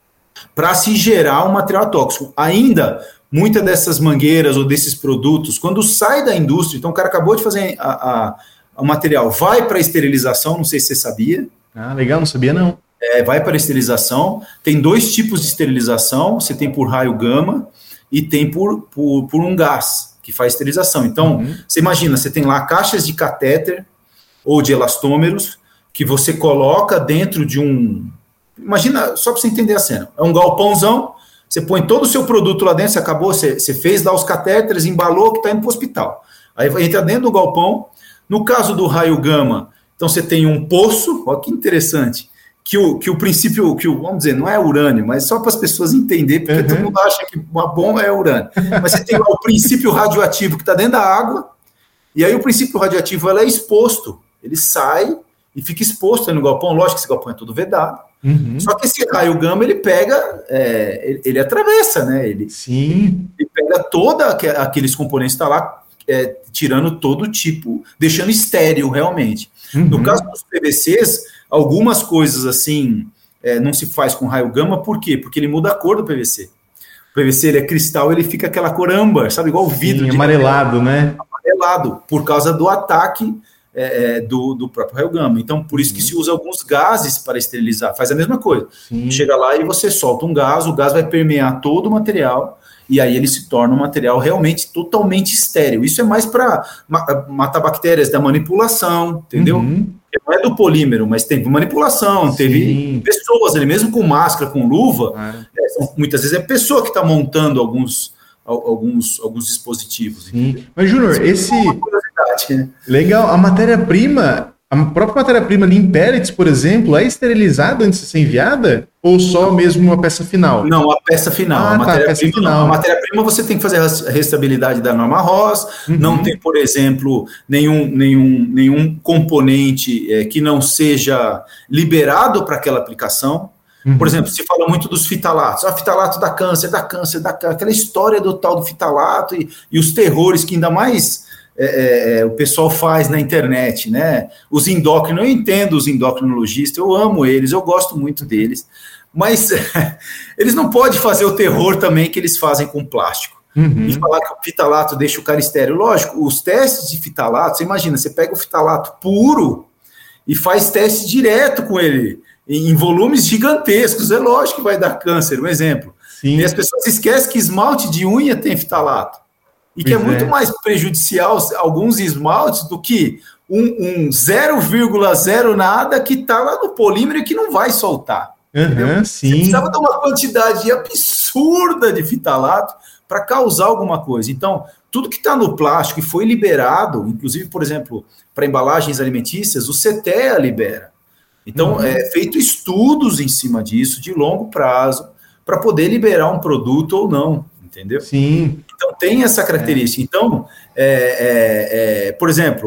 Speaker 2: para se gerar um material tóxico. Ainda, muitas dessas mangueiras ou desses produtos, quando sai da indústria, então o cara acabou de fazer a, a, o material, vai para a esterilização, não sei se você sabia.
Speaker 1: Ah, legal, não sabia não.
Speaker 2: É, vai para a esterilização, tem dois tipos de esterilização, você tem por raio gama e tem por, por, por um gás, que faz esterilização. Então, uhum. você imagina, você tem lá caixas de catéter ou de elastômeros que você coloca dentro de um... Imagina, só para você entender a cena, é um galpãozão, você põe todo o seu produto lá dentro, você acabou, você, você fez lá os catéteres, embalou, que está indo para o hospital. Aí entra dentro do galpão. No caso do raio gama, então você tem um poço, olha que interessante, Que o, que o princípio, que o, vamos dizer, não é urânio, mas só para as pessoas entenderem, porque uhum. todo mundo acha que uma bomba é urânio. Mas você tem lá o princípio radioativo que está dentro da água, e aí o princípio radioativo ela é exposto, ele sai e fica exposto aí no galpão. Lógico que esse galpão é todo vedado, uhum. só que esse raio gama ele pega, é, ele, ele atravessa, né? Ele,
Speaker 1: Sim.
Speaker 2: ele pega todos aqueles componentes que estão tá lá, é, tirando todo tipo, deixando estéril realmente. Uhum. No caso dos P V Cs, algumas coisas assim é, não se faz com raio gama, por quê? Porque ele muda a cor do P V C. O P V C ele é cristal, ele fica aquela cor âmbar, sabe? Igual o vidro.
Speaker 1: Sim,
Speaker 2: de
Speaker 1: amarelado, cabelo, né?
Speaker 2: Amarelado, por causa do ataque é, do, do próprio raio gama. Então, por isso que se usa alguns gases para esterilizar. Faz a mesma coisa. Sim. Chega lá e você solta um gás, o gás vai permear todo o material, e aí ele se torna um material realmente totalmente estéril. Isso é mais para matar bactérias da manipulação, entendeu? Uhum. Não é do polímero, mas teve manipulação, Sim. teve pessoas ali, mesmo com máscara, com luva, é. É, muitas vezes é pessoa que está montando alguns, alguns, alguns dispositivos.
Speaker 1: Mas, Júnior, esse... É uma curiosidade, né? Legal, a matéria-prima, a própria matéria-prima ali em pellets, por exemplo, é esterilizada antes de ser enviada? Ou só mesmo a peça final?
Speaker 2: Não, a peça final. Ah, a matéria-prima tá, não. A matéria-prima você tem que fazer a restabilidade da norma R O S, uhum. não tem, por exemplo, nenhum, nenhum, nenhum componente é, que não seja liberado para aquela aplicação. Uhum. Por exemplo, se fala muito dos fitalatos. Ah, fitalato dá câncer, dá câncer, dá câncer. Aquela história do tal do fitalato e, e os terrores que ainda mais... É, é, o pessoal faz na internet, né? Os endócrinos, eu entendo os endocrinologistas, eu amo eles, eu gosto muito deles, mas é, eles não podem fazer o terror também que eles fazem com plástico. Uhum. E falar que o fitalato deixa o cara estéril. Lógico, os testes de fitalato, você imagina, você pega o fitalato puro e faz teste direto com ele, em volumes gigantescos, é lógico que vai dar câncer, um exemplo. Sim. E as pessoas esquecem que esmalte de unha tem fitalato. E que pois é muito é. mais prejudicial alguns esmaltes do que um, um zero vírgula zero nada que está lá no polímero e que não vai soltar.
Speaker 1: Uhum, sim.
Speaker 2: Você precisava de uma quantidade absurda de fitalato para causar alguma coisa. Então, tudo que está no plástico e foi liberado, inclusive, por exemplo, para embalagens alimentícias, o C T E A libera. Então, uhum. é feito estudos em cima disso, de longo prazo, para poder liberar um produto ou não. Entendeu?
Speaker 1: Sim.
Speaker 2: Então, tem essa característica. É. Então, é, é, é, por exemplo,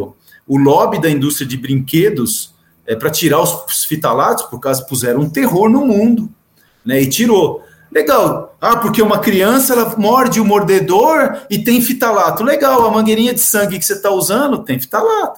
Speaker 2: o lobby da indústria de brinquedos é, para tirar os fitalatos, por causa puseram um terror no mundo, né? E tirou. Legal. Ah, porque uma criança ela morde o mordedor e tem fitalato. Legal, a mangueirinha de sangue que você está usando tem fitalato.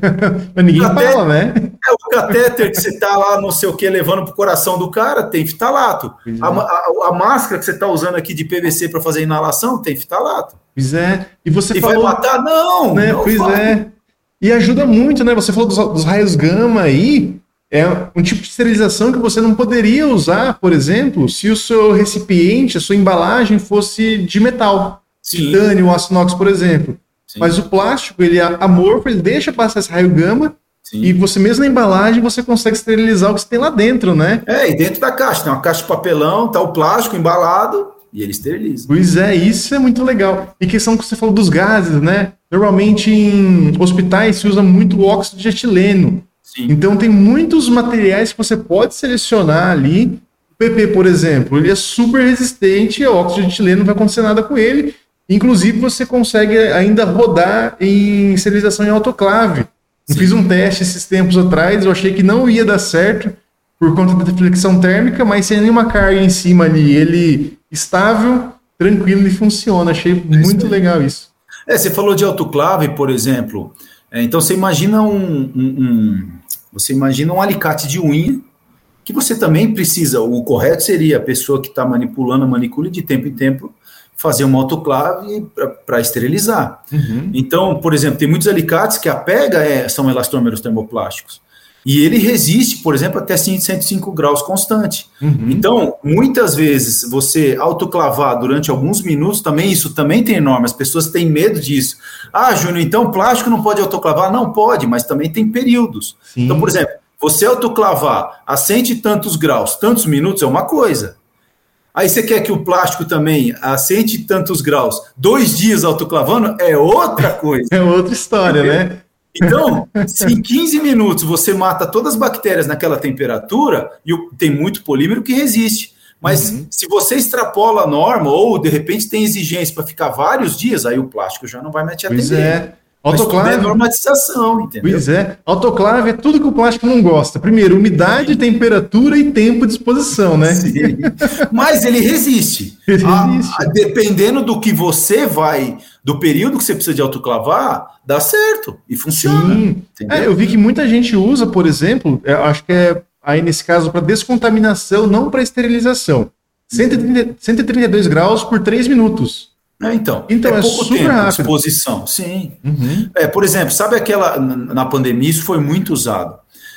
Speaker 1: Mas ninguém catéter, fala, né?
Speaker 2: É, o catéter que você está lá, não sei o que, levando pro coração do cara, tem fitalato. A, a, a máscara que você está usando aqui de P V C para fazer inalação tem fitalato.
Speaker 1: Pois é. E você
Speaker 2: e
Speaker 1: falou...
Speaker 2: vai matar? Não!
Speaker 1: Né?
Speaker 2: não
Speaker 1: pois
Speaker 2: vai.
Speaker 1: é. E ajuda muito, né? Você falou dos, dos raios gama aí. É um tipo de esterilização que você não poderia usar, por exemplo, se o seu recipiente, a sua embalagem fosse de metal. Sim. Titânio, aço inox, por exemplo. Sim. Mas o plástico, ele é amorfo, ele deixa passar esse raio gama. Sim. E você mesmo na embalagem, você consegue esterilizar o que você tem lá dentro, né?
Speaker 2: É, e dentro da caixa, tem uma caixa de papelão, tá o plástico embalado e ele esteriliza.
Speaker 1: Pois é, isso é muito legal. E questão que você falou dos gases, né? Normalmente em hospitais se usa muito óxido de etileno. Sim. Então tem muitos materiais que você pode selecionar ali. O P P, por exemplo, ele é super resistente ao óxido de etileno, não vai acontecer nada com ele. Inclusive você consegue ainda rodar em esterilização em autoclave. Eu fiz um teste esses tempos atrás, eu achei que não ia dar certo por conta da deflexão térmica, mas sem nenhuma carga em cima ali, ele estável, tranquilo e funciona. Achei é muito legal isso.
Speaker 2: É, você falou de autoclave, por exemplo. É, então você imagina um, um, um, você imagina um alicate de unha, que você também precisa, o correto seria a pessoa que está manipulando a manicure de tempo em tempo fazer uma autoclave para esterilizar. Uhum. Então, por exemplo, tem muitos alicates que a pega é, são elastômeros termoplásticos. E ele resiste, por exemplo, até cento e cinco graus constante. Uhum. Então, muitas vezes, você autoclavar durante alguns minutos, também isso também tem norma, as pessoas têm medo disso. Ah, Júnior, então plástico não pode autoclavar? Não pode, mas também tem períodos. Sim. Então, por exemplo, você autoclavar a cento e tantos graus, tantos minutos, é uma coisa. Aí você quer que o plástico também, a cento e tantos graus, dois dias autoclavando, é outra coisa.
Speaker 1: É outra história, né?
Speaker 2: Então, se em quinze minutos você mata todas as bactérias naquela temperatura, e tem muito polímero que resiste, mas uhum. se você extrapola a norma, ou de repente tem exigência para ficar vários dias, aí o plástico já não vai mais te atender.
Speaker 1: Pois é. Autoclave.
Speaker 2: Mas tudo é normatização, entendeu?
Speaker 1: Pois é. Autoclave é tudo que o plástico não gosta. Primeiro, umidade, temperatura e tempo de exposição, né?
Speaker 2: Sim. Mas ele resiste.
Speaker 1: Ele resiste.
Speaker 2: A, a, dependendo do que você vai, do período que você precisa de autoclavar, dá certo e funciona. Sim.
Speaker 1: É, eu vi que muita gente usa, por exemplo, acho que é aí nesse caso para descontaminação, não para esterilização. cento e trinta e dois graus por três minutos.
Speaker 2: É, então,
Speaker 1: então,
Speaker 2: é,
Speaker 1: é
Speaker 2: pouco
Speaker 1: super
Speaker 2: tempo
Speaker 1: rápido.
Speaker 2: de exposição, sim.
Speaker 1: Uhum.
Speaker 2: É, por exemplo, sabe aquela, na pandemia isso foi muito usado,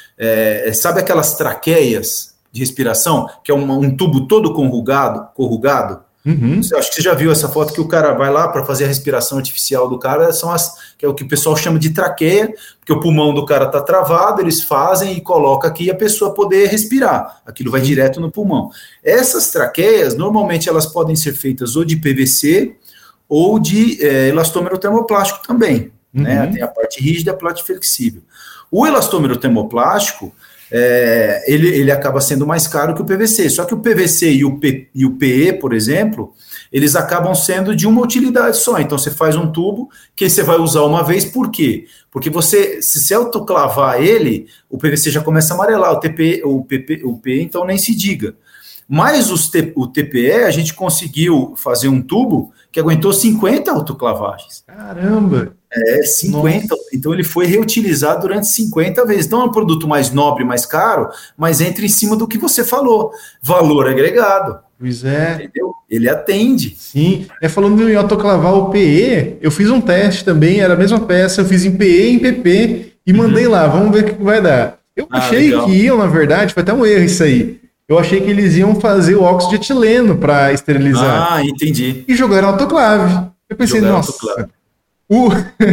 Speaker 2: é, sabe aquelas traqueias de respiração, que é um, um tubo todo corrugado, corrugado? Uhum. Acho que você já viu essa foto que o cara vai lá para fazer a respiração artificial do cara, são as, que é o que o pessoal chama de traqueia, porque o pulmão do cara está travado, eles fazem e colocam aqui a pessoa poder respirar, aquilo vai direto no pulmão. Essas traqueias, normalmente elas podem ser feitas ou de P V C, ou de é, elastômero termoplástico também, uhum. né? Tem a parte rígida e a parte flexível. O elastômero termoplástico, é, ele, ele acaba sendo mais caro que o P V C, só que o P V C e o, P, e o P E, por exemplo, eles acabam sendo de uma utilidade só. Então você faz um tubo que você vai usar uma vez, por quê? Porque você, se você autoclavar ele, o P V C já começa a amarelar, o, T P, o, P P, o P E então nem se diga. Mas os T, o T P E, a gente conseguiu fazer um tubo que aguentou cinquenta autoclavagens.
Speaker 1: Caramba!
Speaker 2: É, cinquenta. Nossa. Então ele foi reutilizado durante cinquenta vezes. Então é um produto mais nobre, mais caro, mas entra em cima do que você falou. Valor agregado.
Speaker 1: Pois é.
Speaker 2: Entendeu? Ele atende.
Speaker 1: Sim. É, falando em autoclavar o P E, eu fiz um teste também, era a mesma peça, eu fiz em P E e em P P e mandei uhum. lá, vamos ver o que vai dar. Eu ah, achei legal. que iam, na verdade, foi até um erro isso aí. Eu achei que eles iam fazer o óxido de etileno para esterilizar.
Speaker 2: Ah, entendi.
Speaker 1: E jogaram autoclave. Eu pensei, jogaram nossa, o,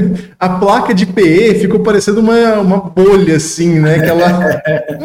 Speaker 1: a placa de P E ficou parecendo uma, uma bolha, assim, né? Que ela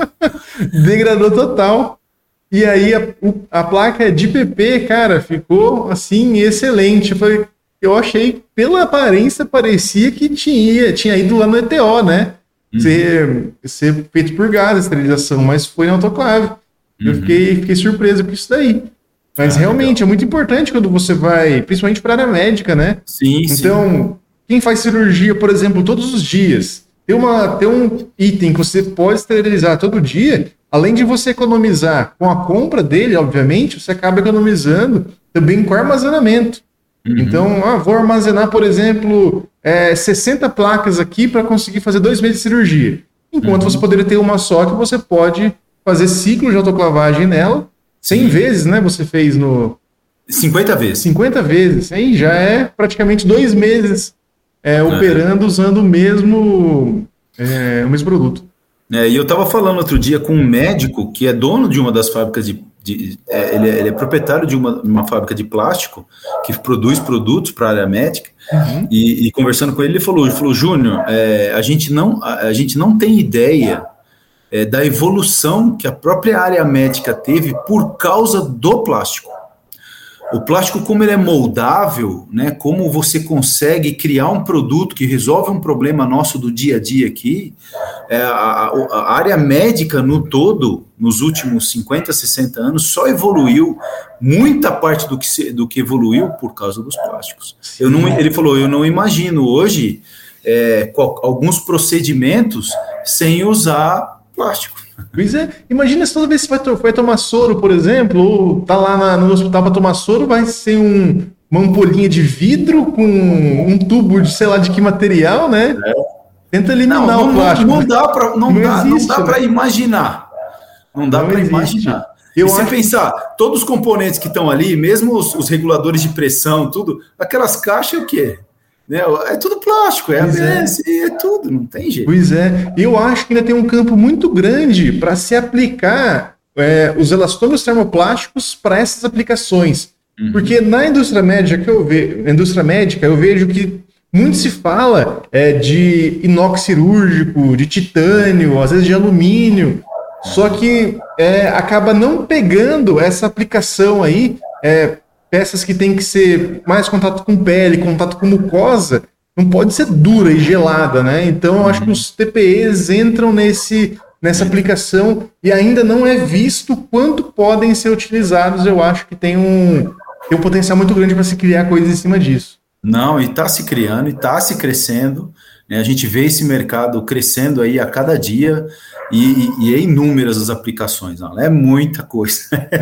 Speaker 1: degradou total. E aí a, a placa de P P, cara, ficou, assim, excelente. Eu, falei, eu achei, pela aparência, parecia que tinha, tinha ido lá no E T O, né? Uhum. Ser, ser feito por gás a esterilização, mas foi na autoclave. Eu uhum. fiquei, fiquei surpreso com isso daí. Mas ah, realmente legal. É muito importante quando você vai, principalmente para a área médica, né?
Speaker 2: Sim,
Speaker 1: Então, sim. quem faz cirurgia, por exemplo, todos os dias, ter, uma, ter um item que você pode esterilizar todo dia, além de você economizar com a compra dele, obviamente, você acaba economizando também com armazenamento. Uhum. Então, ah, vou armazenar, por exemplo, é, sessenta placas aqui para conseguir fazer dois meses de cirurgia. Enquanto uhum. você poderia ter uma só que você pode fazer ciclo de autoclavagem nela, cem Sim. vezes, né? Você fez no...
Speaker 2: cinquenta vezes.
Speaker 1: cinquenta vezes. Aí já é praticamente dois meses é, operando é. usando o mesmo, é, o mesmo produto.
Speaker 2: É, e eu estava falando outro dia com um médico que é dono de uma das fábricas de... de é, ele, é, ele é proprietário de uma, uma fábrica de plástico que produz produtos para a área médica. Uhum. E, e conversando com ele, ele falou, ele falou Júnior, é, a, gente não, a, a gente não tem ideia é, da evolução que a própria área médica teve por causa do plástico. O plástico, como ele é moldável, né, como você consegue criar um produto que resolve um problema nosso do dia a dia aqui, é, a, a área médica no todo, nos últimos cinquenta, sessenta anos, só evoluiu, muita parte do que, se, do que evoluiu por causa dos plásticos. Eu não, ele falou, eu não imagino hoje é, qual, alguns procedimentos sem usar plástico.
Speaker 1: Pois é, imagina se toda vez que você vai, vai tomar soro, por exemplo, ou tá lá na, no hospital para tomar soro, vai ser um, uma ampolinha de vidro com um tubo de sei lá de que material, né? É. Tenta eliminar não, não, o plástico.
Speaker 2: Não, não dá para não, não dá, existe, não dá para imaginar. Não dá para imaginar. Eu e se acho... pensar, todos os componentes que estão ali, mesmo os, os reguladores de pressão, tudo, aquelas caixas é o quê? É tudo plástico, é A B S, é. é tudo, não tem jeito.
Speaker 1: Pois é, eu acho que ainda tem um campo muito grande para se aplicar é, os elastômeros termoplásticos para essas aplicações. Uhum. Porque na indústria médica que eu vejo, indústria médica, eu vejo que muito se fala é, de inox cirúrgico, de titânio, às vezes de alumínio, só que é, acaba não pegando essa aplicação aí. É, peças que tem que ser mais contato com pele, contato com mucosa, não pode ser dura e gelada, né? Então, eu acho que os T P Es entram nesse, nessa aplicação e ainda não é visto quanto podem ser utilizados. Eu acho que tem um, tem um potencial muito grande para se criar coisas em cima disso.
Speaker 2: Não, e está se criando, e está se crescendo, né? A gente vê esse mercado crescendo aí a cada dia, e, e, e é inúmeras as aplicações, não, é muita coisa,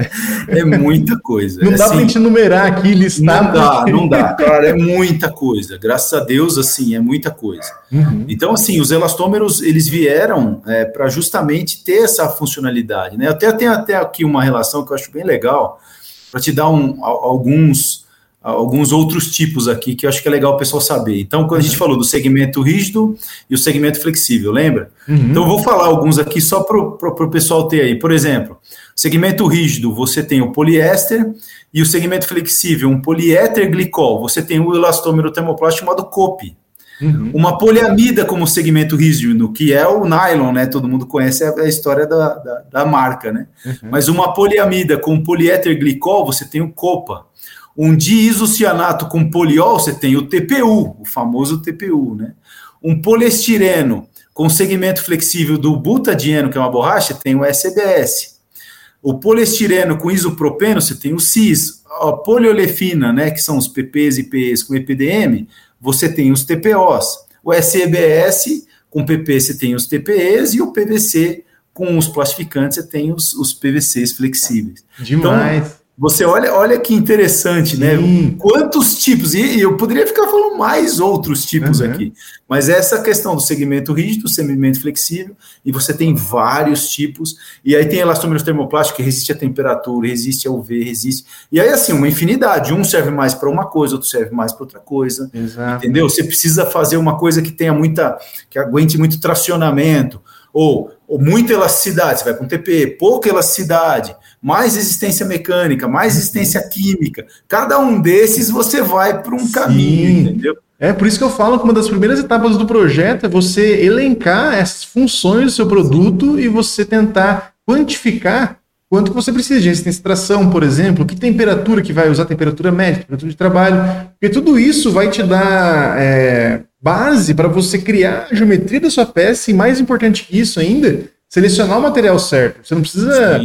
Speaker 2: é muita coisa.
Speaker 1: Não
Speaker 2: é
Speaker 1: dá
Speaker 2: assim,
Speaker 1: para a gente numerar aqui, listar.
Speaker 2: Não dá, não dá, cara, é muita coisa, graças a Deus, assim, é muita coisa. Uhum. Então, assim, os elastômeros, eles vieram é, para justamente ter essa funcionalidade, né? Eu até tenho até aqui uma relação que eu acho bem legal, para te dar um, alguns... alguns outros tipos aqui que eu acho que é legal o pessoal saber. Então, quando uhum. a gente falou do segmento rígido e o segmento flexível, lembra? Uhum. Então, eu vou falar alguns aqui só para o pessoal ter aí. Por exemplo, segmento rígido, você tem o poliéster, e o segmento flexível, um poliéter glicol, você tem o elastômero termoplástico chamado C O P. Uhum. Uma poliamida como segmento rígido, que é o nylon, né? Todo mundo conhece a, a história da, da, da marca, né? Uhum. Mas uma poliamida com poliéter glicol, você tem o COPA. Um diisocianato com poliol, você tem o T P U, o famoso T P U, né? Um poliestireno com segmento flexível do butadieno, que é uma borracha, tem o S B S. O poliestireno com isopropeno, você tem o C I S. A poliolefina, né, que são os P Ps e P Es com E P D M, você tem os T P Os. O S B S com P P você tem os T P Es, e o P V C com os plastificantes você tem os, os P V Cs flexíveis.
Speaker 1: Demais.
Speaker 2: Então, você olha, olha que interessante, né? Sim. Quantos tipos, e eu poderia ficar falando mais outros tipos uhum. aqui, mas essa questão do segmento rígido, segmento flexível, e você tem vários tipos, e aí tem elastômeros termoplásticos que resiste à temperatura, resiste ao U V, resiste, e aí assim, uma infinidade, um serve mais para uma coisa, outro serve mais para outra coisa, Exato. Entendeu? Você precisa fazer uma coisa que tenha muita, que aguente muito tracionamento, ou, ou muita elasticidade, você vai para um T P, pouca elasticidade, mais resistência mecânica, mais resistência uhum. química. Cada um desses você vai para um Sim. caminho, entendeu?
Speaker 1: É por isso que eu falo que uma das primeiras etapas do projeto é você elencar essas funções do seu produto e você tentar quantificar quanto que você precisa de resistência de tração, por exemplo, que temperatura que vai usar, temperatura média, temperatura de trabalho, porque tudo isso vai te dar é, base para você criar a geometria da sua peça e, mais importante que isso ainda, selecionar o material certo. Você não precisa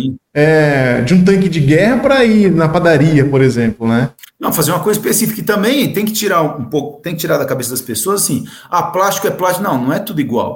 Speaker 1: é, de um tanque de guerra para ir na padaria, por exemplo, né?
Speaker 2: Não, fazer uma coisa específica que também tem que tirar um pouco, tem que tirar da cabeça das pessoas assim, ah, plástico é plástico. Não, não é tudo igual.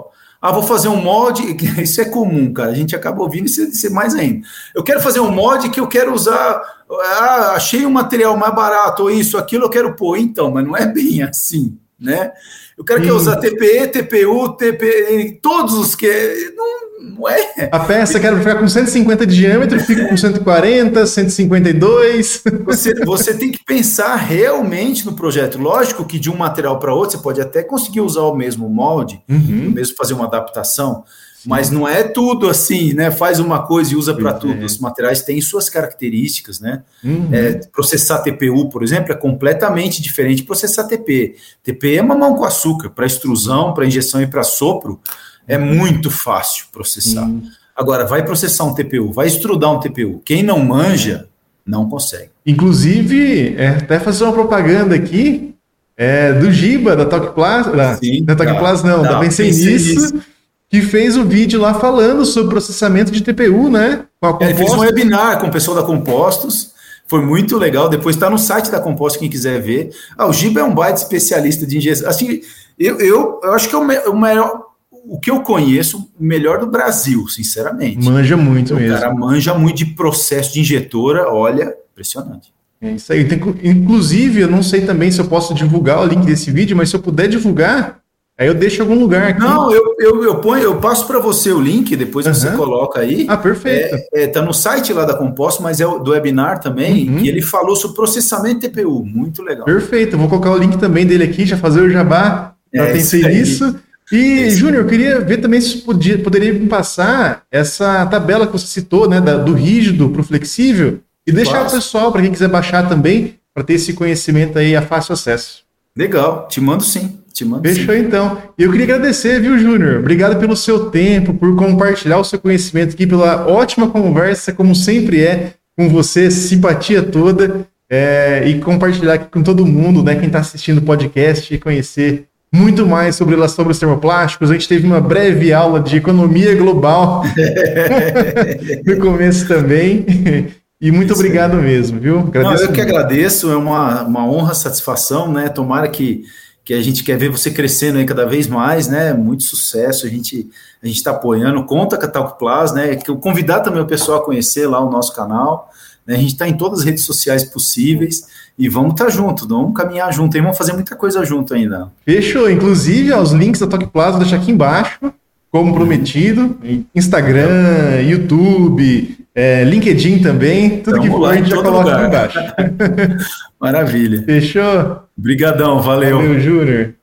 Speaker 2: Ah, vou fazer um mod, isso é comum, cara, a gente acaba ouvindo isso, isso é mais ainda. Eu quero fazer um mod que eu quero usar, ah, achei um material mais barato, ou isso, aquilo, eu quero pôr. Então, mas não é bem assim, né? Eu quero que eu usar T P E, T P U, T P E, todos os que... Não, não é.
Speaker 1: A peça quero ficar com cento e cinquenta de diâmetro, fica com cento e quarenta, cento e cinquenta e dois.
Speaker 2: Você, você tem que pensar realmente no projeto. Lógico que de um material para outro, você pode até conseguir usar o mesmo molde, uhum. mesmo fazer uma adaptação, sim. Mas não é tudo assim, né? Faz uma coisa e usa para tudo. É. Os materiais têm suas características, né? Uhum. É, processar T P U, por exemplo, é completamente diferente de processar T P E. T P E é mamão com açúcar. Para extrusão, para injeção e para sopro, é muito fácil processar. Uhum. Agora, vai processar um T P U, vai extrudar um T P U. Quem não manja, não consegue.
Speaker 1: Inclusive, é, até fazer uma propaganda aqui é, do Giba, da Tokplas, da, Sim, da Tokplas tá, não, tá, da Pensei Nisso, que fez o vídeo lá falando sobre processamento de T P U, né?
Speaker 2: Com a Ele fez um webinar com o pessoal da Compostos, foi muito legal, depois está no site da Compostos, quem quiser ver. Ah, o Giba é um baita especialista de injeção. Assim, eu, eu, eu acho que é o, me, o melhor... O que eu conheço, o melhor do Brasil, sinceramente.
Speaker 1: Manja muito
Speaker 2: o
Speaker 1: mesmo.
Speaker 2: O cara manja muito de processo de injetora, olha, impressionante.
Speaker 1: É isso aí. Tem, inclusive, eu não sei também se eu posso divulgar o link desse vídeo, mas se eu puder divulgar, aí eu deixo em algum lugar aqui.
Speaker 2: Não, eu, eu, eu, ponho, eu passo para você o link, depois uhum. você coloca aí.
Speaker 1: Ah, perfeito.
Speaker 2: É, é, tá no site lá da Composto, mas é do webinar também, uhum. que ele falou sobre processamento de T P U, muito legal.
Speaker 1: Perfeito, eu vou colocar o link também dele aqui, já fazer o jabá, para é, pensei nisso. E, Júnior, eu queria ver também se podia, poderia me passar essa tabela que você citou, né, da, do rígido para o flexível, e deixar Posso. o pessoal, para quem quiser baixar também, para ter esse conhecimento aí a fácil acesso.
Speaker 2: Legal, te mando sim. Te mando
Speaker 1: Fechou
Speaker 2: sim.
Speaker 1: Então. E eu queria agradecer, viu, Júnior? Obrigado pelo seu tempo, por compartilhar o seu conhecimento aqui, pela ótima conversa, como sempre é, com você, simpatia toda, é, e compartilhar aqui com todo mundo, né, quem está assistindo o podcast e conhecer muito mais sobre, sobre os termoplásticos. A gente teve uma breve aula de economia global no começo também. E muito Isso obrigado é. mesmo, viu?
Speaker 2: Agradeço Não, eu que agradeço, é uma, uma honra, satisfação, né? Tomara que, que a gente quer ver você crescendo aí cada vez mais, né? Muito sucesso, a gente a gente está apoiando. Conta com a Tokplas, né? Que eu convidar também o pessoal a conhecer lá o nosso canal. Né? A gente está em todas as redes sociais possíveis. E vamos estar tá junto, vamos caminhar junto, e vamos fazer muita coisa junto ainda.
Speaker 1: Fechou, inclusive os links da Tokplas vou deixar aqui embaixo, como prometido, Instagram, YouTube, é, LinkedIn também, tudo Tamo que for a gente já coloca aqui embaixo.
Speaker 2: Maravilha.
Speaker 1: Fechou?
Speaker 2: Obrigadão, valeu.
Speaker 1: Valeu, Júnior.